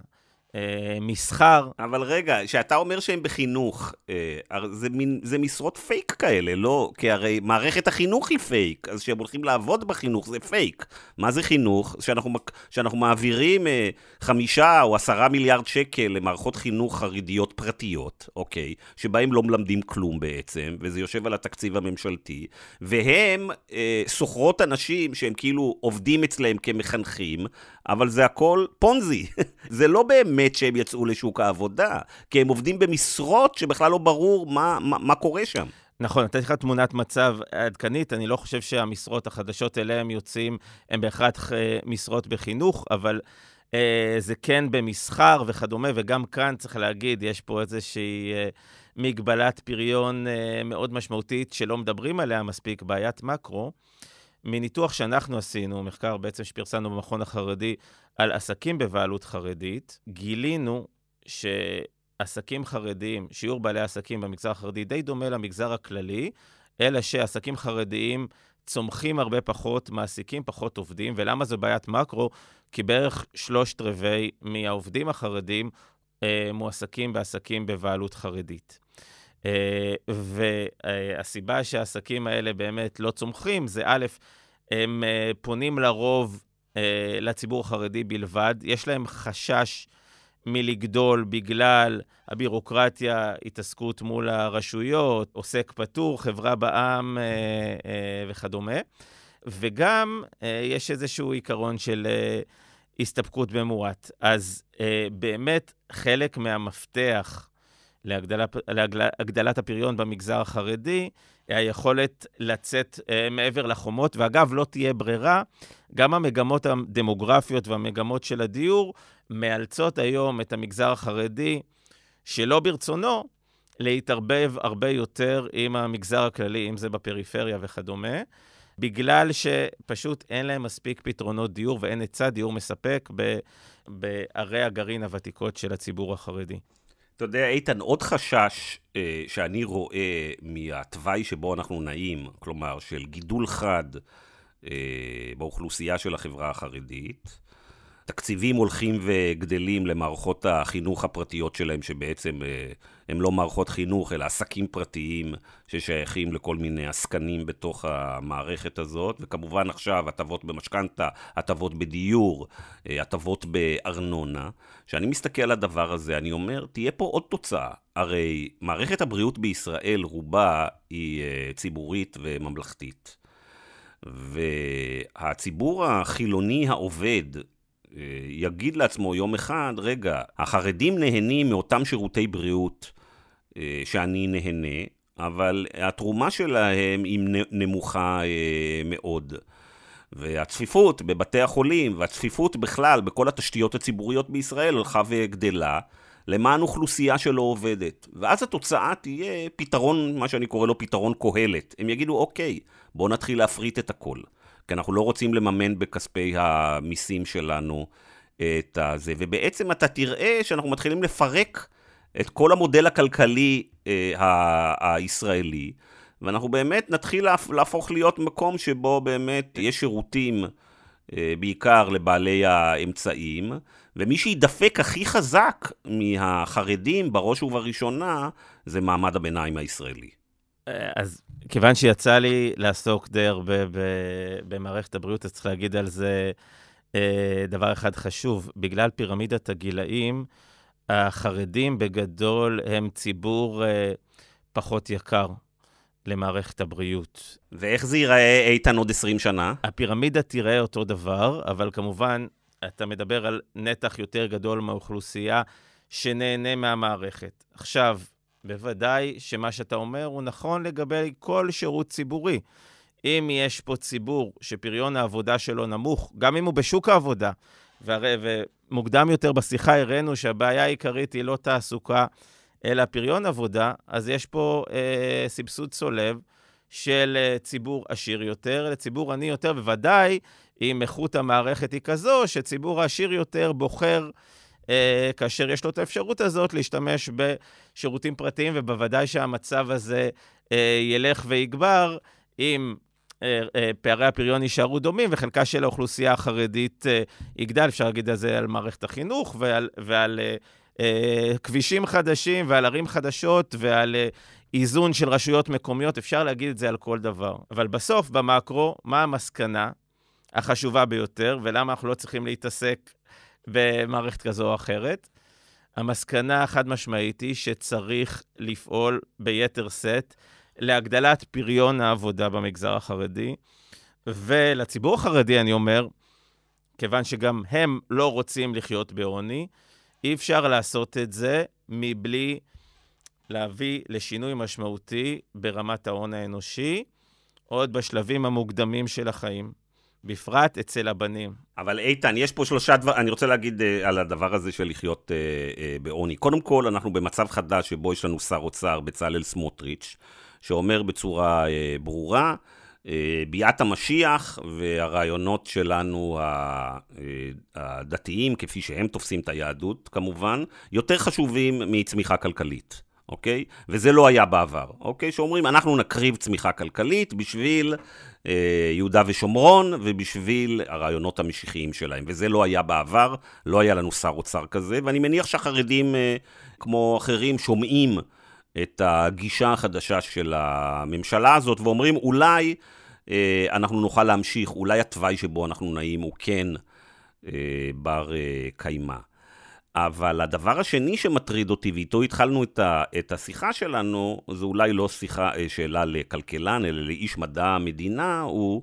מסחר. אבל רגע, שאתה אומר שהם בחינוך, זה, מין, זה משרות פייק כאלה, לא? כי הרי מערכת החינוך היא פייק, אז שהם הולכים לעבוד בחינוך זה פייק. מה זה חינוך? שאנחנו, שאנחנו מעבירים חמישה או עשרה מיליארד שקל למערכות חינוך חרדיות פרטיות, אוקיי? שבהם לא מלמדים כלום בעצם, וזה יושב על התקציב הממשלתי, והם אה, סוחרות אנשים שהם כאילו עובדים אצלהם כמחנכים, אבל זה הכל פונזי. זה לא באמת שהם יצאו לשוק העבודה, כי הם עובדים במשרות שבכלל לא ברור מה, מה, מה קורה שם. נכון, נתתי לך תמונת מצב עדכנית, אני לא חושב שהמשרות החדשות אליהם יוצאים, הם בהכרח משרות בחינוך, אבל אה, זה כן במסחר וכדומה, וגם כאן צריך להגיד, יש פה איזושהי אה, מגבלת פריון אה, מאוד משמעותית, שלא מדברים עליה מספיק, בעיית מקרו, מניתוח שאנחנו עשינו, מחקר בעצם שפרסמנו במכון החרדי, על עסקים בבעלות חרדית, גילינו שעסקים חרדיים, שיעור בעלי עסקים במגזר החרדי די דומה למגזר הכללי, אלא שעסקים חרדיים צומחים הרבה פחות, מעסיקים פחות עובדים, ולמה זו בעיית מקרו? כי בערך שלושת רבעי מהעובדים החרדים אה, מועסקים בעסקים בבעלות חרדית. Uh, והסיבה שהעסקים האלה באמת לא צומחים, זה א', הם uh, פונים לרוב uh, לציבור החרדי בלבד, יש להם חשש מלגדול בגלל הבירוקרטיה, התעסקות מול הרשויות, עוסק פטור, חברה בעם uh, uh, וכדומה, וגם uh, יש איזשהו עיקרון של uh, הסתפקות במועט. אז uh, באמת חלק מהמפתח להגדלת, להגדלת הפריון במגזר החרדי, היכולת לצאת אה, מעבר לחומות, ואגב, לא תהיה ברירה, גם המגמות הדמוגרפיות והמגמות של הדיור, מאלצות היום את המגזר החרדי, שלא ברצונו, להתערבב הרבה יותר עם המגזר הכללי, אם זה בפריפריה וכדומה, בגלל שפשוט אין להם מספיק פתרונות דיור, ואין היצע דיור מספק בערי הגרעין הוותיקות של הציבור החרדי. אתה יודע, איתן, עוד חשש אה, שאני רואה מהתוואי שבו אנחנו נעים, כלומר של גידול חד אה, באוכלוסייה של החברה החרדית, תקציבים הולכים וגדלים למערכות החינוך הפרטיות שלהם, שבעצם אה, הם לא מערכות חינוך, אלא עסקים פרטיים ששייכים לכל מיני עסקנים בתוך המערכת הזאת, וכמובן עכשיו הטבות במשכנתה, הטבות בדיור, אה, הטבות בארנונה. שאני מסתכל על הדבר הזה, אני אומר, תהיה פה עוד תוצאה. הרי מערכת הבריאות בישראל רובה היא אה, ציבורית וממלכתית. והציבור החילוני העובד, יגיד לעצמו יום אחד, רגע, החרדים נהנים מאותם שירותי בריאות שאני נהנה, אבל התרומה שלהם היא נמוכה מאוד. והצפיפות בבתי החולים, והצפיפות בכלל בכל התשתיות הציבוריות בישראל הולכה וגדלה, למען אוכלוסייה שלא עובדת. ואז התוצאה תהיה פתרון, מה שאני קורא לו פתרון קהלת. הם יגידו, אוקיי, בואו נתחיל להפריט את הכל. כי אנחנו לא רוצים לממן בכספי המיסים שלנו את הזה. ובעצם אתה תראה שאנחנו מתחילים לפרק את כל המודל הכלכלי אה, הישראלי, ואנחנו באמת נתחיל להפוך להיות מקום שבו באמת יש שירותים אה, בעיקר לבעלי האמצעים, ומי שידפק הכי חזק מהחרדים בראש ובראשונה זה מעמד הביניים הישראלי. אז כיוון שיצא לי לעסוק די הרבה במערכת הבריאות, אז צריך להגיד על זה דבר אחד חשוב. בגלל פירמידת הגילאים, החרדים בגדול הם ציבור פחות יקר. למערכת הבריאות. ואיך זה ייראה איתן עוד עשרים שנה? הפירמידה תראה אותו דבר, אבל כמובן אתה מדבר על נתח יותר גדול מהאוכלוסייה שנהנה מהמערכת. עכשיו, בוודאי שמה שאתה אומר הוא נכון לגבי כל שירות ציבורי. אם יש פה ציבור שפריון העבודה שלו נמוך, גם אם הוא בשוק העבודה, והרי, ומוקדם יותר בשיחה הראינו שהבעיה העיקרית היא לא תעסוקה, אלא פריון עבודה, אז יש פה אה, סבסוד צולב של אה, ציבור עשיר יותר, לציבור עני יותר, בוודאי אם איכות המערכת היא כזו, שציבור עשיר יותר בוחר, אה, כאשר יש לו את האפשרות הזאת, להשתמש בשירותים פרטיים, ובוודאי שהמצב הזה אה, ילך ויגבר, אם אה, אה, פערי הפריון יישארו דומים, וחלקה של האוכלוסייה החרדית אה, יגדל, אפשר להגיד את זה על מערכת החינוך, ועל... ועל אה, כבישים חדשים ועל ערים חדשות ועל איזון של רשויות מקומיות, אפשר להגיד את זה על כל דבר. אבל בסוף, במקרו, מה המסקנה החשובה ביותר, ולמה אנחנו לא צריכים להתעסק במערכת כזו או אחרת? המסקנה החד משמעית היא שצריך לפעול ביתר סט להגדלת פריון העבודה במגזר החרדי, ולציבור החרדי אני אומר, כיוון שגם הם לא רוצים לחיות בעוני, אי אפשר לעשות את זה מבלי להביא לשינוי משמעותי ברמת ההון האנושי, עוד בשלבים המוקדמים של החיים, בפרט אצל הבנים. אבל איתן, יש פה שלושה דבר, אני רוצה להגיד uh, על הדבר הזה של לחיות uh, uh, בעוני. קודם כל, אנחנו במצב חדש שבו יש לנו שר אוצר, בצלאל סמוטריץ', שאומר בצורה uh, ברורה, ביאת המשיח והרעיונות שלנו הדתיים, כפי שהם תופסים את היהדות, כמובן, יותר חשובים מצמיחה כלכלית, אוקיי? וזה לא היה בעבר, אוקיי? שאומרים, אנחנו נקריב צמיחה כלכלית בשביל אה, יהודה ושומרון ובשביל הרעיונות המשיחיים שלהם, וזה לא היה בעבר, לא היה לנו שר אוצר כזה, ואני מניח שהחרדים, אה, כמו אחרים, שומעים את הגישה החדשה של הממשלה הזאת, ואומרים, אולי אה, אנחנו נוכל להמשיך, אולי התוואי שבו אנחנו נעים הוא כן אה, בר אה, קיימה. אבל הדבר השני שמטריד אותי, ואיתו התחלנו את, ה, את השיחה שלנו, זה אולי לא שיחה, אה, שאלה לכלכלן, אלא לאיש מדע המדינה, הוא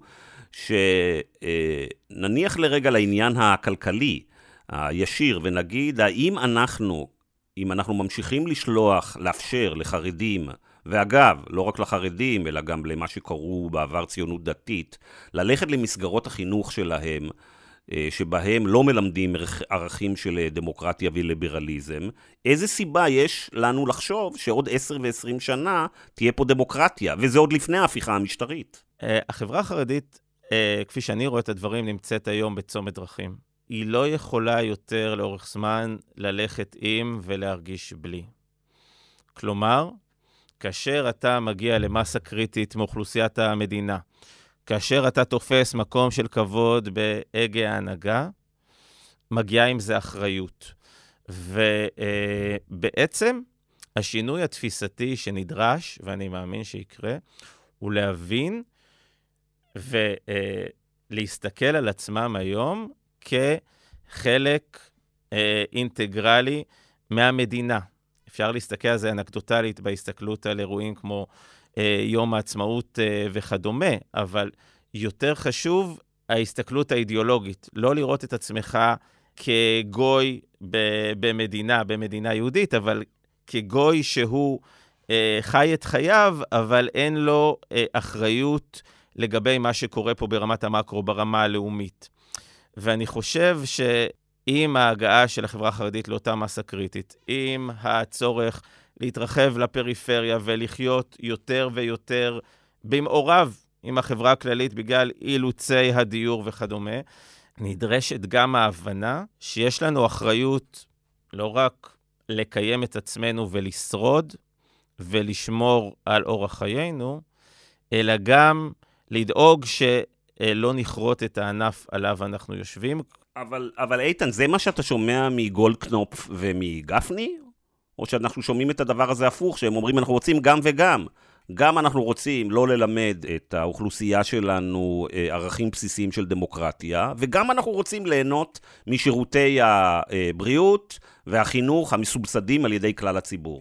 שנניח לרגע לעניין הכלכלי, הישיר, ונגיד, האם אנחנו, אם אנחנו ממשיכים לשלוח, לאפשר לחרדים, ואגב, לא רק לחרדים, אלא גם למה שקראו בעבר ציונות דתית, ללכת למסגרות החינוך שלהם, שבהם לא מלמדים ערכים של דמוקרטיה וליברליזם, איזה סיבה יש לנו לחשוב שעוד עשר ועשרים שנה תהיה פה דמוקרטיה, וזה עוד לפני ההפיכה המשטרית? החברה החרדית, כפי שאני רואה את הדברים, נמצאת היום בצומת דרכים. היא לא יכולה יותר לאורך זמן ללכת עם ולהרגיש בלי. כלומר, כאשר אתה מגיע למסה קריטית מאוכלוסיית המדינה, כאשר אתה תופס מקום של כבוד בהגה ההנהגה, מגיעה עם זה אחריות. ובעצם השינוי התפיסתי שנדרש, ואני מאמין שיקרה, הוא להבין ולהסתכל על עצמם היום כחלק אינטגרלי מהמדינה. אפשר להסתכל על זה אנקדוטלית בהסתכלות על אירועים כמו יום העצמאות וכדומה, אבל יותר חשוב ההסתכלות האידיאולוגית, לא לראות את עצמך כגוי במדינה, במדינה יהודית, אבל כגוי שהוא חי את חייו, אבל אין לו אחריות לגבי מה שקורה פה ברמת המקרו, ברמה הלאומית. ואני חושב שעם ההגעה של החברה החרדית לאותה מסה קריטית, עם הצורך להתרחב לפריפריה ולחיות יותר ויותר במעורב עם החברה הכללית בגלל אילוצי הדיור וכדומה, נדרשת גם ההבנה שיש לנו אחריות לא רק לקיים את עצמנו ולשרוד ולשמור על אורח חיינו, אלא גם לדאוג שלא נכרות את הענף עליו אנחנו יושבים. אבל, אבל איתן, זה מה שאתה שומע מגולדקנופ ומגפני? או שאנחנו שומעים את הדבר הזה הפוך, שהם אומרים אנחנו רוצים גם וגם. גם אנחנו רוצים לא ללמד את האוכלוסייה שלנו ערכים בסיסיים של דמוקרטיה, וגם אנחנו רוצים ליהנות משירותי הבריאות והחינוך המסובסדים על ידי כלל הציבור.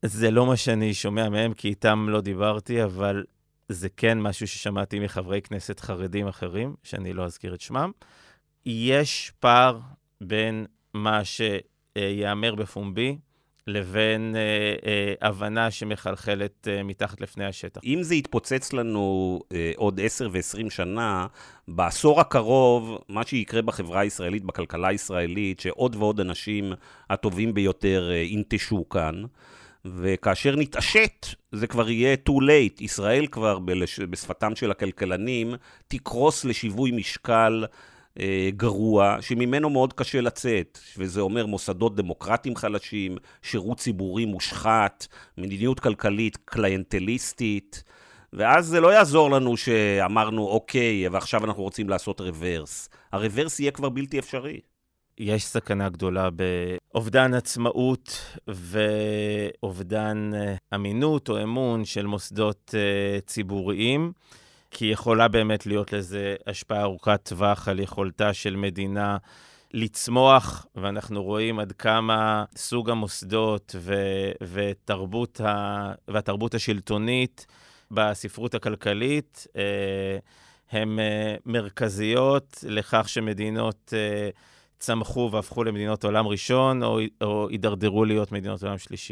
זה לא מה שאני שומע מהם, כי איתם לא דיברתי, אבל זה כן משהו ששמעתי מחברי כנסת חרדים אחרים, שאני לא אזכיר את שמם. יש פער בין מה שיאמר בפומבי, לבין אה, אה, הבנה שמחלחלת אה, מתחת לפני השטח. אם זה יתפוצץ לנו אה, עוד עשר ועשרים שנה, בעשור הקרוב, מה שיקרה בחברה הישראלית, בכלכלה הישראלית, שעוד ועוד אנשים הטובים ביותר אה, ינטשו כאן, וכאשר נתעשת, זה כבר יהיה too late. ישראל כבר, בלש... בשפתם של הכלכלנים, תקרוס לשיווי משקל גרוע, שממנו מאוד קשה לצאת, וזה אומר מוסדות דמוקרטיים חלשים, שירות ציבורי מושחת, מדיניות כלכלית קליינטליסטית, ואז זה לא יעזור לנו שאמרנו אוקיי, ועכשיו אנחנו רוצים לעשות רוורס. הרוורס יהיה כבר בלתי אפשרי. יש סכנה גדולה באובדן עצמאות ואובדן אמינות או אמון של מוסדות ציבוריים, כי יכולה באמת להיות לזה השפעה ארוכת טווח על יכולתה של מדינה לצמוח, ואנחנו רואים עד כמה סוג המוסדות ו- ותרבות ה- והתרבות השלטונית בספרות הכלכלית הן מרכזיות לכך שמדינות צמחו והפכו למדינות עולם ראשון, או, או הידרדרו להיות מדינות עולם שלישי.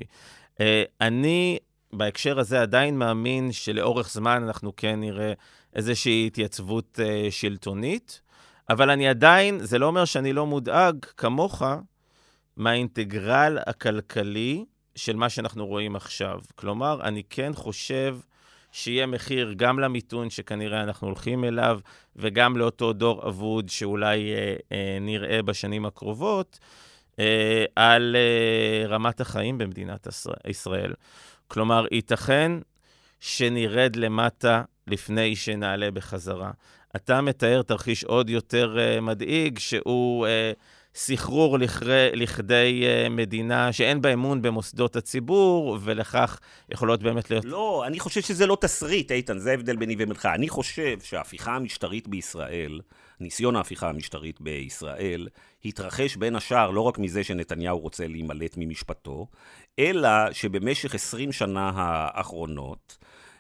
אני בהקשר הזה עדיין מאמין שלאורך זמן אנחנו כן נראה איזושהי התייצבות uh, שלטונית, אבל אני עדיין, זה לא אומר שאני לא מודאג כמוך מהאינטגרל הכלכלי של מה שאנחנו רואים עכשיו. כלומר, אני כן חושב שיהיה מחיר גם למיתון שכנראה אנחנו הולכים אליו, וגם לאותו דור אבוד שאולי uh, uh, נראה בשנים הקרובות, uh, על uh, רמת החיים במדינת ישראל. כלומר, ייתכן שנרד למטה לפני שנעלה בחזרה. אתה מתאר תרחיש עוד יותר uh, מדאיג, שהוא uh, סחרור לכדי, לכדי uh, מדינה שאין בה אמון במוסדות הציבור, ולכך יכולות באמת להיות... לא, אני חושב שזה לא תסריט, איתן, זה ההבדל ביני ומלך. אני חושב שההפיכה המשטרית בישראל, ניסיון ההפיכה המשטרית בישראל, התרחש בין השאר לא רק מזה שנתניהו רוצה להימלט ממשפטו, אלא שבמשך עשרים שנה האחרונות,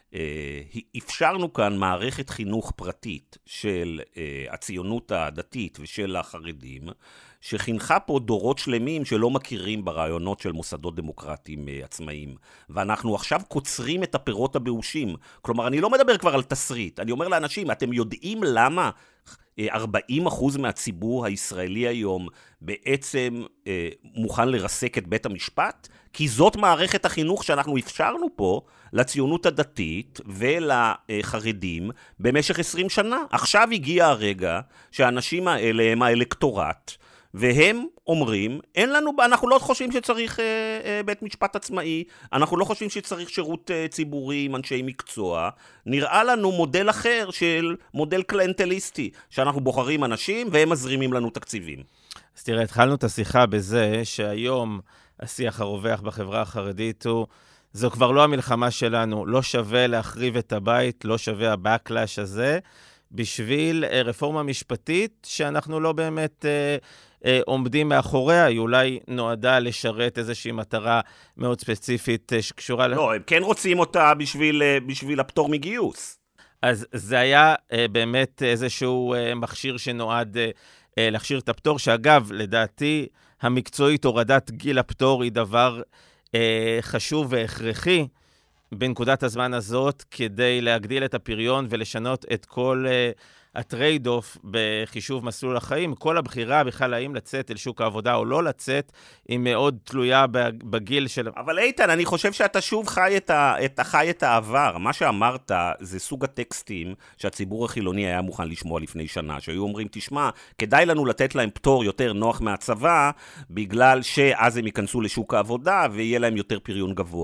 אפשרנו כאן מערכת חינוך פרטית של הציונות הדתית ושל החרדים, שחינכה פה דורות שלמים שלא מכירים ברעיונות של מוסדות דמוקרטיים עצמאיים. ואנחנו עכשיו קוצרים את הפירות הבאושים. כלומר, אני לא מדבר כבר על תסריט. אני אומר לאנשים, אתם יודעים למה ארבעים אחוז מהציבור הישראלי היום בעצם אה, מוכן לרסק את בית המשפט? כי זאת מערכת החינוך שאנחנו אפשרנו פה לציונות הדתית ולחרדים במשך עשרים שנה. עכשיו הגיע הרגע שהאנשים האלה הם האלקטורט, והם אומרים, אין לנו, אנחנו לא חושבים שצריך אה, אה, בית משפט עצמאי, אנחנו לא חושבים שצריך שירות אה, ציבורי עם אנשי מקצוע, נראה לנו מודל אחר של מודל קליינטליסטי, שאנחנו בוחרים אנשים והם מזרימים לנו תקציבים. אז תראה, התחלנו את השיחה בזה שהיום השיח הרווח בחברה החרדית הוא, זו כבר לא המלחמה שלנו, לא שווה להחריב את הבית, לא שווה הבקלאש הזה, בשביל אה, רפורמה משפטית שאנחנו לא באמת... אה, עומדים מאחוריה, היא אולי נועדה לשרת איזושהי מטרה מאוד ספציפית שקשורה... לא, הם כן רוצים אותה בשביל, בשביל הפטור מגיוס. אז זה היה באמת איזשהו מכשיר שנועד להכשיר את הפטור, שאגב, לדעתי, המקצועית הורדת גיל הפטור היא דבר חשוב והכרחי בנקודת הזמן הזאת, כדי להגדיל את הפריון ולשנות את כל... הטרייד אוף בחישוב מסלול החיים, כל הבחירה בכלל האם לצאת אל שוק העבודה או לא לצאת, היא מאוד תלויה בגיל של... אבל איתן, אני חושב שאתה שוב חי את, ה... את... חי את העבר. מה שאמרת זה סוג הטקסטים שהציבור החילוני היה מוכן לשמוע לפני שנה, שהיו אומרים, תשמע, כדאי לנו לתת להם פטור יותר נוח מהצבא, בגלל שאז הם ייכנסו לשוק העבודה ויהיה להם יותר פריון גבוה.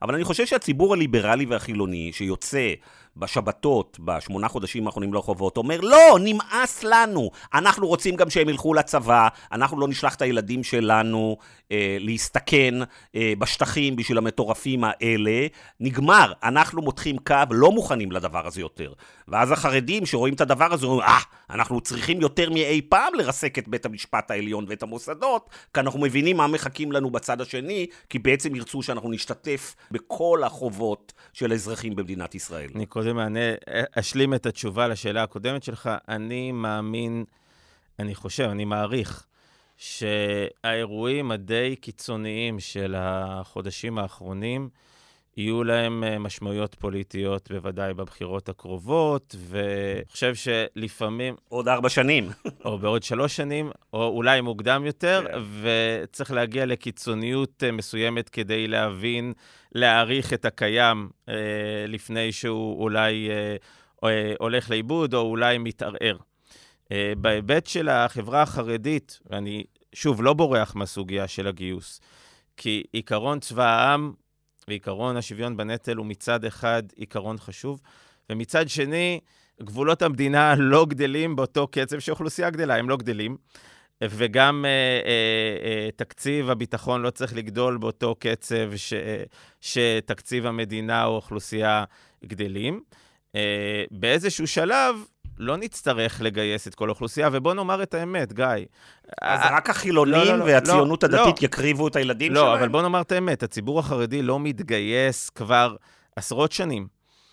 אבל אני חושב שהציבור הליברלי והחילוני שיוצא בשבתות, בשמונה חודשים האחרונים לרחובות, אומר, לא, נמאס לנו, אנחנו רוצים גם שהם ילכו לצבא, אנחנו לא נשלח את הילדים שלנו אה, להסתכן אה, בשטחים בשביל המטורפים האלה, נגמר, אנחנו מותחים קו, לא מוכנים לדבר הזה יותר. ואז החרדים שרואים את הדבר הזה, אומרים, אה, אנחנו צריכים יותר מאי פעם לרסק את בית המשפט העליון ואת המוסדות, כי אנחנו מבינים מה מחכים לנו בצד השני, כי בעצם ירצו שאנחנו נשתתף בכל החובות של האזרחים במדינת ישראל. אני קודם מענה, אשלים את התשובה לשאלה הקודמת שלך. אני מאמין, אני חושב, אני מעריך, שהאירועים הדי קיצוניים של החודשים האחרונים, יהיו להם משמעויות פוליטיות בוודאי בבחירות הקרובות, וחושב שלפעמים... עוד ארבע שנים. או בעוד שלוש שנים, או אולי מוקדם יותר, yeah. וצריך להגיע לקיצוניות מסוימת כדי להבין, להעריך את הקיים אה, לפני שהוא אולי אה, אה, הולך לאיבוד, או אולי מתערער. אה, בהיבט של החברה החרדית, ואני שוב לא בורח מהסוגיה של הגיוס, כי עיקרון צבא העם, ועיקרון השוויון בנטל הוא מצד אחד עיקרון חשוב, ומצד שני, גבולות המדינה לא גדלים באותו קצב שאוכלוסייה גדלה, הם לא גדלים, וגם אה, אה, אה, תקציב הביטחון לא צריך לגדול באותו קצב ש, שתקציב המדינה או האוכלוסייה גדלים. אה, באיזשהו שלב, לא נצטרך לגייס את כל האוכלוסייה, ובוא נאמר את האמת, גיא. אז רק החילונים לא, לא, לא, והציונות לא, הדתית לא. יקריבו את הילדים לא, שלהם? לא, אבל בוא נאמר את האמת, הציבור החרדי לא מתגייס כבר עשרות שנים.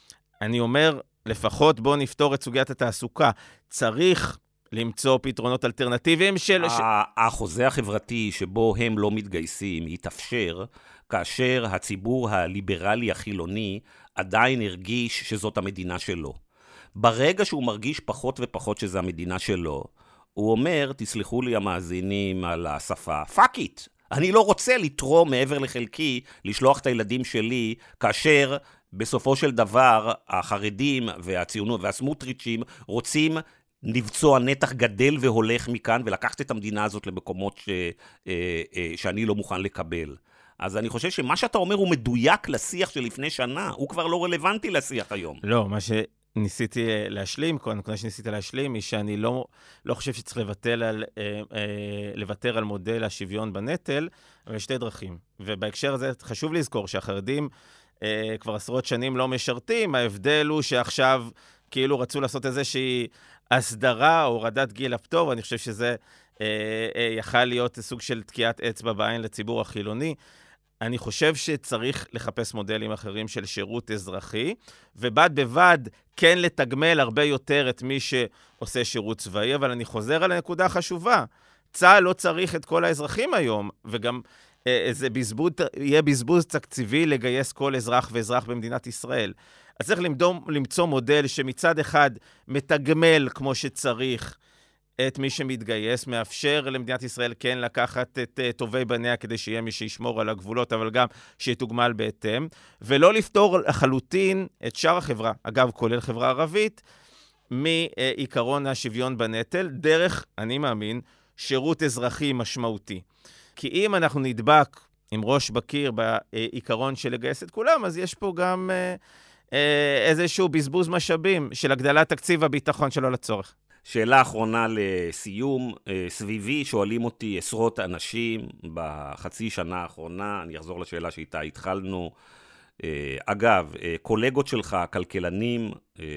אני אומר, לפחות בוא נפתור את סוגיית התעסוקה. צריך למצוא פתרונות אלטרנטיביים של... החוזה החברתי שבו הם לא מתגייסים יתאפשר, כאשר הציבור הליברלי החילוני עדיין הרגיש שזאת המדינה שלו. ברגע שהוא מרגיש פחות ופחות שזה המדינה שלו, הוא אומר, תסלחו לי המאזינים על השפה, fuck it. אני לא רוצה לתרום מעבר לחלקי, לשלוח את הילדים שלי, כאשר בסופו של דבר החרדים והציונות והסמוטריצ'ים רוצים לבצוע נתח גדל והולך מכאן, ולקחת את המדינה הזאת למקומות ש, אה, אה, שאני לא מוכן לקבל. אז אני חושב שמה שאתה אומר הוא מדויק לשיח של לפני שנה, הוא כבר לא רלוונטי לשיח היום. לא, מה ש... ניסיתי להשלים, כל הנקודה שניסיתי להשלים, היא שאני לא, לא חושב שצריך לבטל על, אה, אה, לוותר על מודל השוויון בנטל, אבל יש שתי דרכים. ובהקשר הזה חשוב לזכור שהחרדים אה, כבר עשרות שנים לא משרתים, ההבדל הוא שעכשיו כאילו רצו לעשות איזושהי הסדרה או הורדת גיל הפטור, ואני חושב שזה אה, אה, יכל להיות סוג של תקיעת אצבע בעין לציבור החילוני. אני חושב שצריך לחפש מודלים אחרים של שירות אזרחי, ובד בבד כן לתגמל הרבה יותר את מי שעושה שירות צבאי, אבל אני חוזר על הנקודה החשובה. צה"ל לא צריך את כל האזרחים היום, וגם אה, זה בזבוז, יהיה בזבוז תקציבי לגייס כל אזרח ואזרח במדינת ישראל. אז צריך למדום, למצוא מודל שמצד אחד מתגמל כמו שצריך, את מי שמתגייס, מאפשר למדינת ישראל כן לקחת את uh, טובי בניה כדי שיהיה מי שישמור על הגבולות, אבל גם שיתוגמל בהתאם, ולא לפתור לחלוטין את שאר החברה, אגב, כולל חברה ערבית, מעיקרון השוויון בנטל, דרך, אני מאמין, שירות אזרחי משמעותי. כי אם אנחנו נדבק עם ראש בקיר בעיקרון של לגייס את כולם, אז יש פה גם uh, uh, איזשהו בזבוז משאבים של הגדלת תקציב הביטחון שלו לצורך. שאלה אחרונה לסיום, סביבי שואלים אותי עשרות אנשים בחצי שנה האחרונה, אני אחזור לשאלה שאיתה התחלנו. אגב, קולגות שלך, כלכלנים,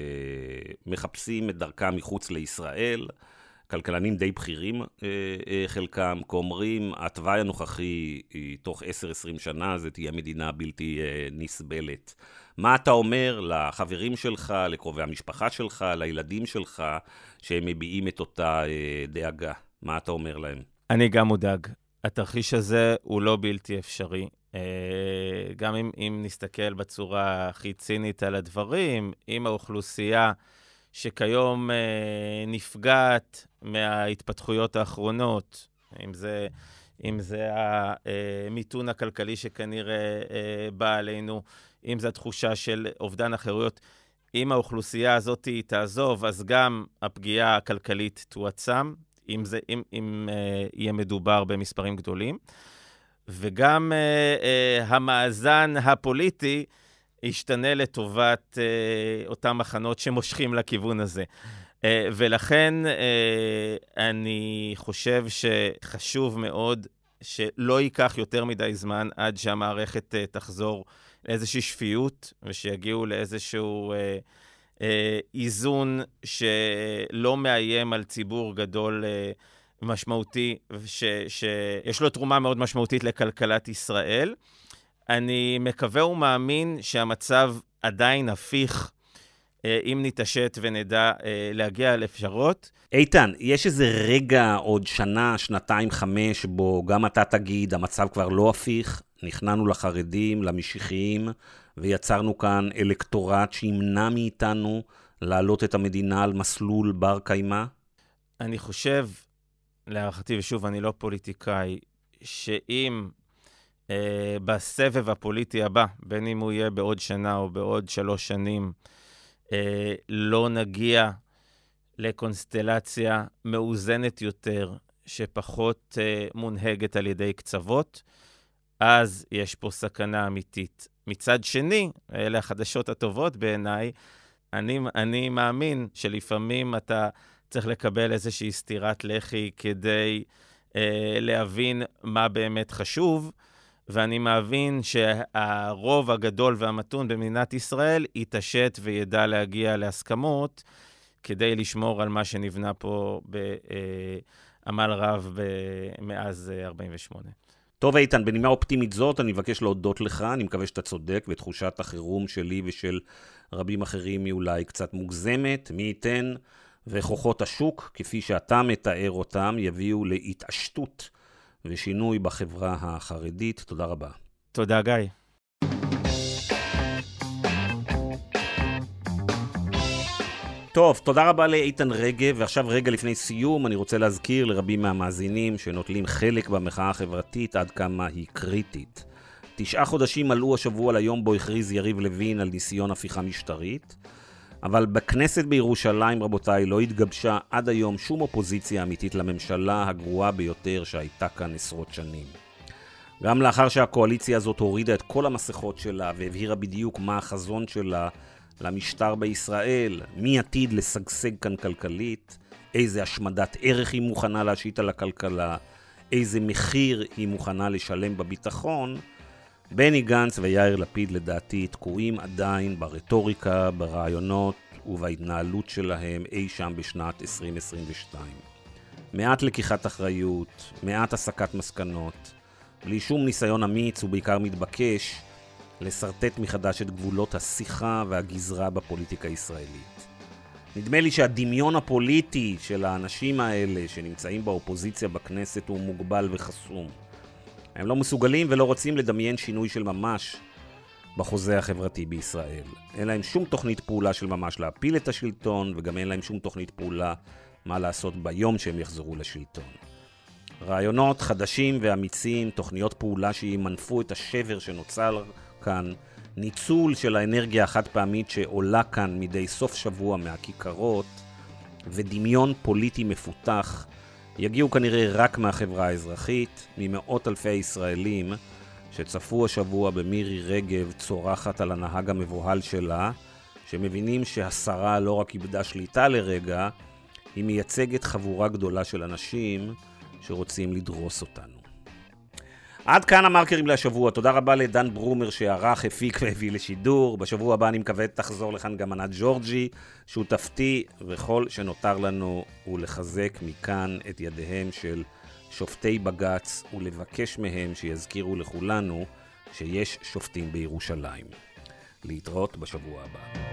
מחפשים את דרכם מחוץ לישראל, כלכלנים די בכירים חלקם, כאומרים, התוואי הנוכחי תוך עשר עשרים שנה, זה תהיה מדינה בלתי נסבלת. מה אתה אומר לחברים שלך, לקרובי המשפחה שלך, לילדים שלך, שהם מביעים את אותה דאגה? מה אתה אומר להם? אני גם מודאג. התרחיש הזה הוא לא בלתי אפשרי. גם אם, אם נסתכל בצורה הכי צינית על הדברים, עם האוכלוסייה שכיום נפגעת מההתפתחויות האחרונות, אם זה, אם זה המיתון הכלכלי שכנראה בא עלינו, אם זו התחושה של אובדן החירויות, אם האוכלוסייה הזאת תעזוב, אז גם הפגיעה הכלכלית תועצם, אם, זה, אם, אם uh, יהיה מדובר במספרים גדולים. וגם uh, uh, המאזן הפוליטי ישתנה לטובת uh, אותם מחנות שמושכים לכיוון הזה. Uh, ולכן uh, אני חושב שחשוב מאוד שלא ייקח יותר מדי זמן עד שהמערכת uh, תחזור לאיזושהי שפיות, ושיגיעו לאיזשהו uh, uh, איזון שלא מאיים על ציבור גדול uh, משמעותי, ש, שיש לו תרומה מאוד משמעותית לכלכלת ישראל. אני מקווה ומאמין שהמצב עדיין הפיך, אם נתעשת ונדע להגיע לפשרות. איתן, יש איזה רגע עוד שנה, שנתיים, חמש, בו גם אתה תגיד, המצב כבר לא הפיך, נכנענו לחרדים, למשיחיים, ויצרנו כאן אלקטורט שימנע מאיתנו להעלות את המדינה על מסלול בר קיימה? אני חושב, להערכתי, ושוב, אני לא פוליטיקאי, שאם אה, בסבב הפוליטי הבא, בין אם הוא יהיה בעוד שנה או בעוד שלוש שנים, אה, לא נגיע לקונסטלציה מאוזנת יותר, שפחות אה, מונהגת על ידי קצוות, אז יש פה סכנה אמיתית. מצד שני, אלה החדשות הטובות בעיניי, אני, אני מאמין שלפעמים אתה צריך לקבל איזושהי סתירת לחי כדי אה, להבין מה באמת חשוב, ואני מאמין שהרוב הגדול והמתון במדינת ישראל יתעשת וידע להגיע להסכמות, כדי לשמור על מה שנבנה פה בעמל רב מאז ארבעים ושמונה. טוב איתן, בנימה אופטימית זאת, אני מבקש להודות לך, אני מקווה שאתה צודק, ותחושת החירום שלי ושל רבים אחרים היא אולי קצת מוגזמת, מי ייתן, וכוחות השוק, כפי שאתה מתאר אותם, יביאו להתעשתות ושינוי בחברה החרדית. תודה רבה. תודה גיא. טוב, תודה רבה לאיתן רגב, ועכשיו רגע לפני סיום אני רוצה להזכיר לרבים מהמאזינים שנוטלים חלק במחאה החברתית עד כמה היא קריטית. תשעה חודשים מלאו השבוע ליום בו הכריז יריב לוין על ניסיון הפיכה משטרית, אבל בכנסת בירושלים, רבותיי, לא התגבשה עד היום שום אופוזיציה אמיתית לממשלה הגרועה ביותר שהייתה כאן עשרות שנים. גם לאחר שהקואליציה הזאת הורידה את כל המסכות שלה והבהירה בדיוק מה החזון שלה למשטר בישראל, מי עתיד לשגשג כאן כלכלית, איזה השמדת ערך היא מוכנה להשית על הכלכלה, איזה מחיר היא מוכנה לשלם בביטחון, בני גנץ ויאיר לפיד לדעתי תקועים עדיין ברטוריקה, ברעיונות ובהתנהלות שלהם אי שם בשנת עשרים עשרים ושתיים. מעט לקיחת אחריות, מעט הסקת מסקנות, בלי שום ניסיון אמיץ ובעיקר מתבקש לסרטט מחדש את גבולות השיחה והגזרה בפוליטיקה הישראלית. נדמה לי שהדמיון הפוליטי של האנשים האלה שנמצאים באופוזיציה בכנסת הוא מוגבל וחסום. הם לא מסוגלים ולא רוצים לדמיין שינוי של ממש בחוזה החברתי בישראל. אין להם שום תוכנית פעולה של ממש להפיל את השלטון, וגם אין להם שום תוכנית פעולה מה לעשות ביום שהם יחזרו לשלטון. רעיונות חדשים ואמיצים, תוכניות פעולה שימנפו את השבר שנוצר כאן, ניצול של האנרגיה החד פעמית שעולה כאן מדי סוף שבוע מהכיכרות, ודמיון פוליטי מפותח, יגיעו כנראה רק מהחברה האזרחית, ממאות אלפי ישראלים שצפו השבוע במירי רגב צורחת על הנהג המבוהל שלה, שמבינים שהשרה לא רק איבדה שליטה לרגע, היא מייצגת חבורה גדולה של אנשים שרוצים לדרוס אותנו. עד כאן המרקרים להשבוע. תודה רבה לדן ברומר שערך, הפיק והביא לשידור. בשבוע הבא אני מקווה תחזור לכאן גם ענת ג'ורג'י, שותפתי, וכל שנותר לנו הוא לחזק מכאן את ידיהם של שופטי בגץ ולבקש מהם שיזכירו לכולנו שיש שופטים בירושלים. להתראות בשבוע הבא.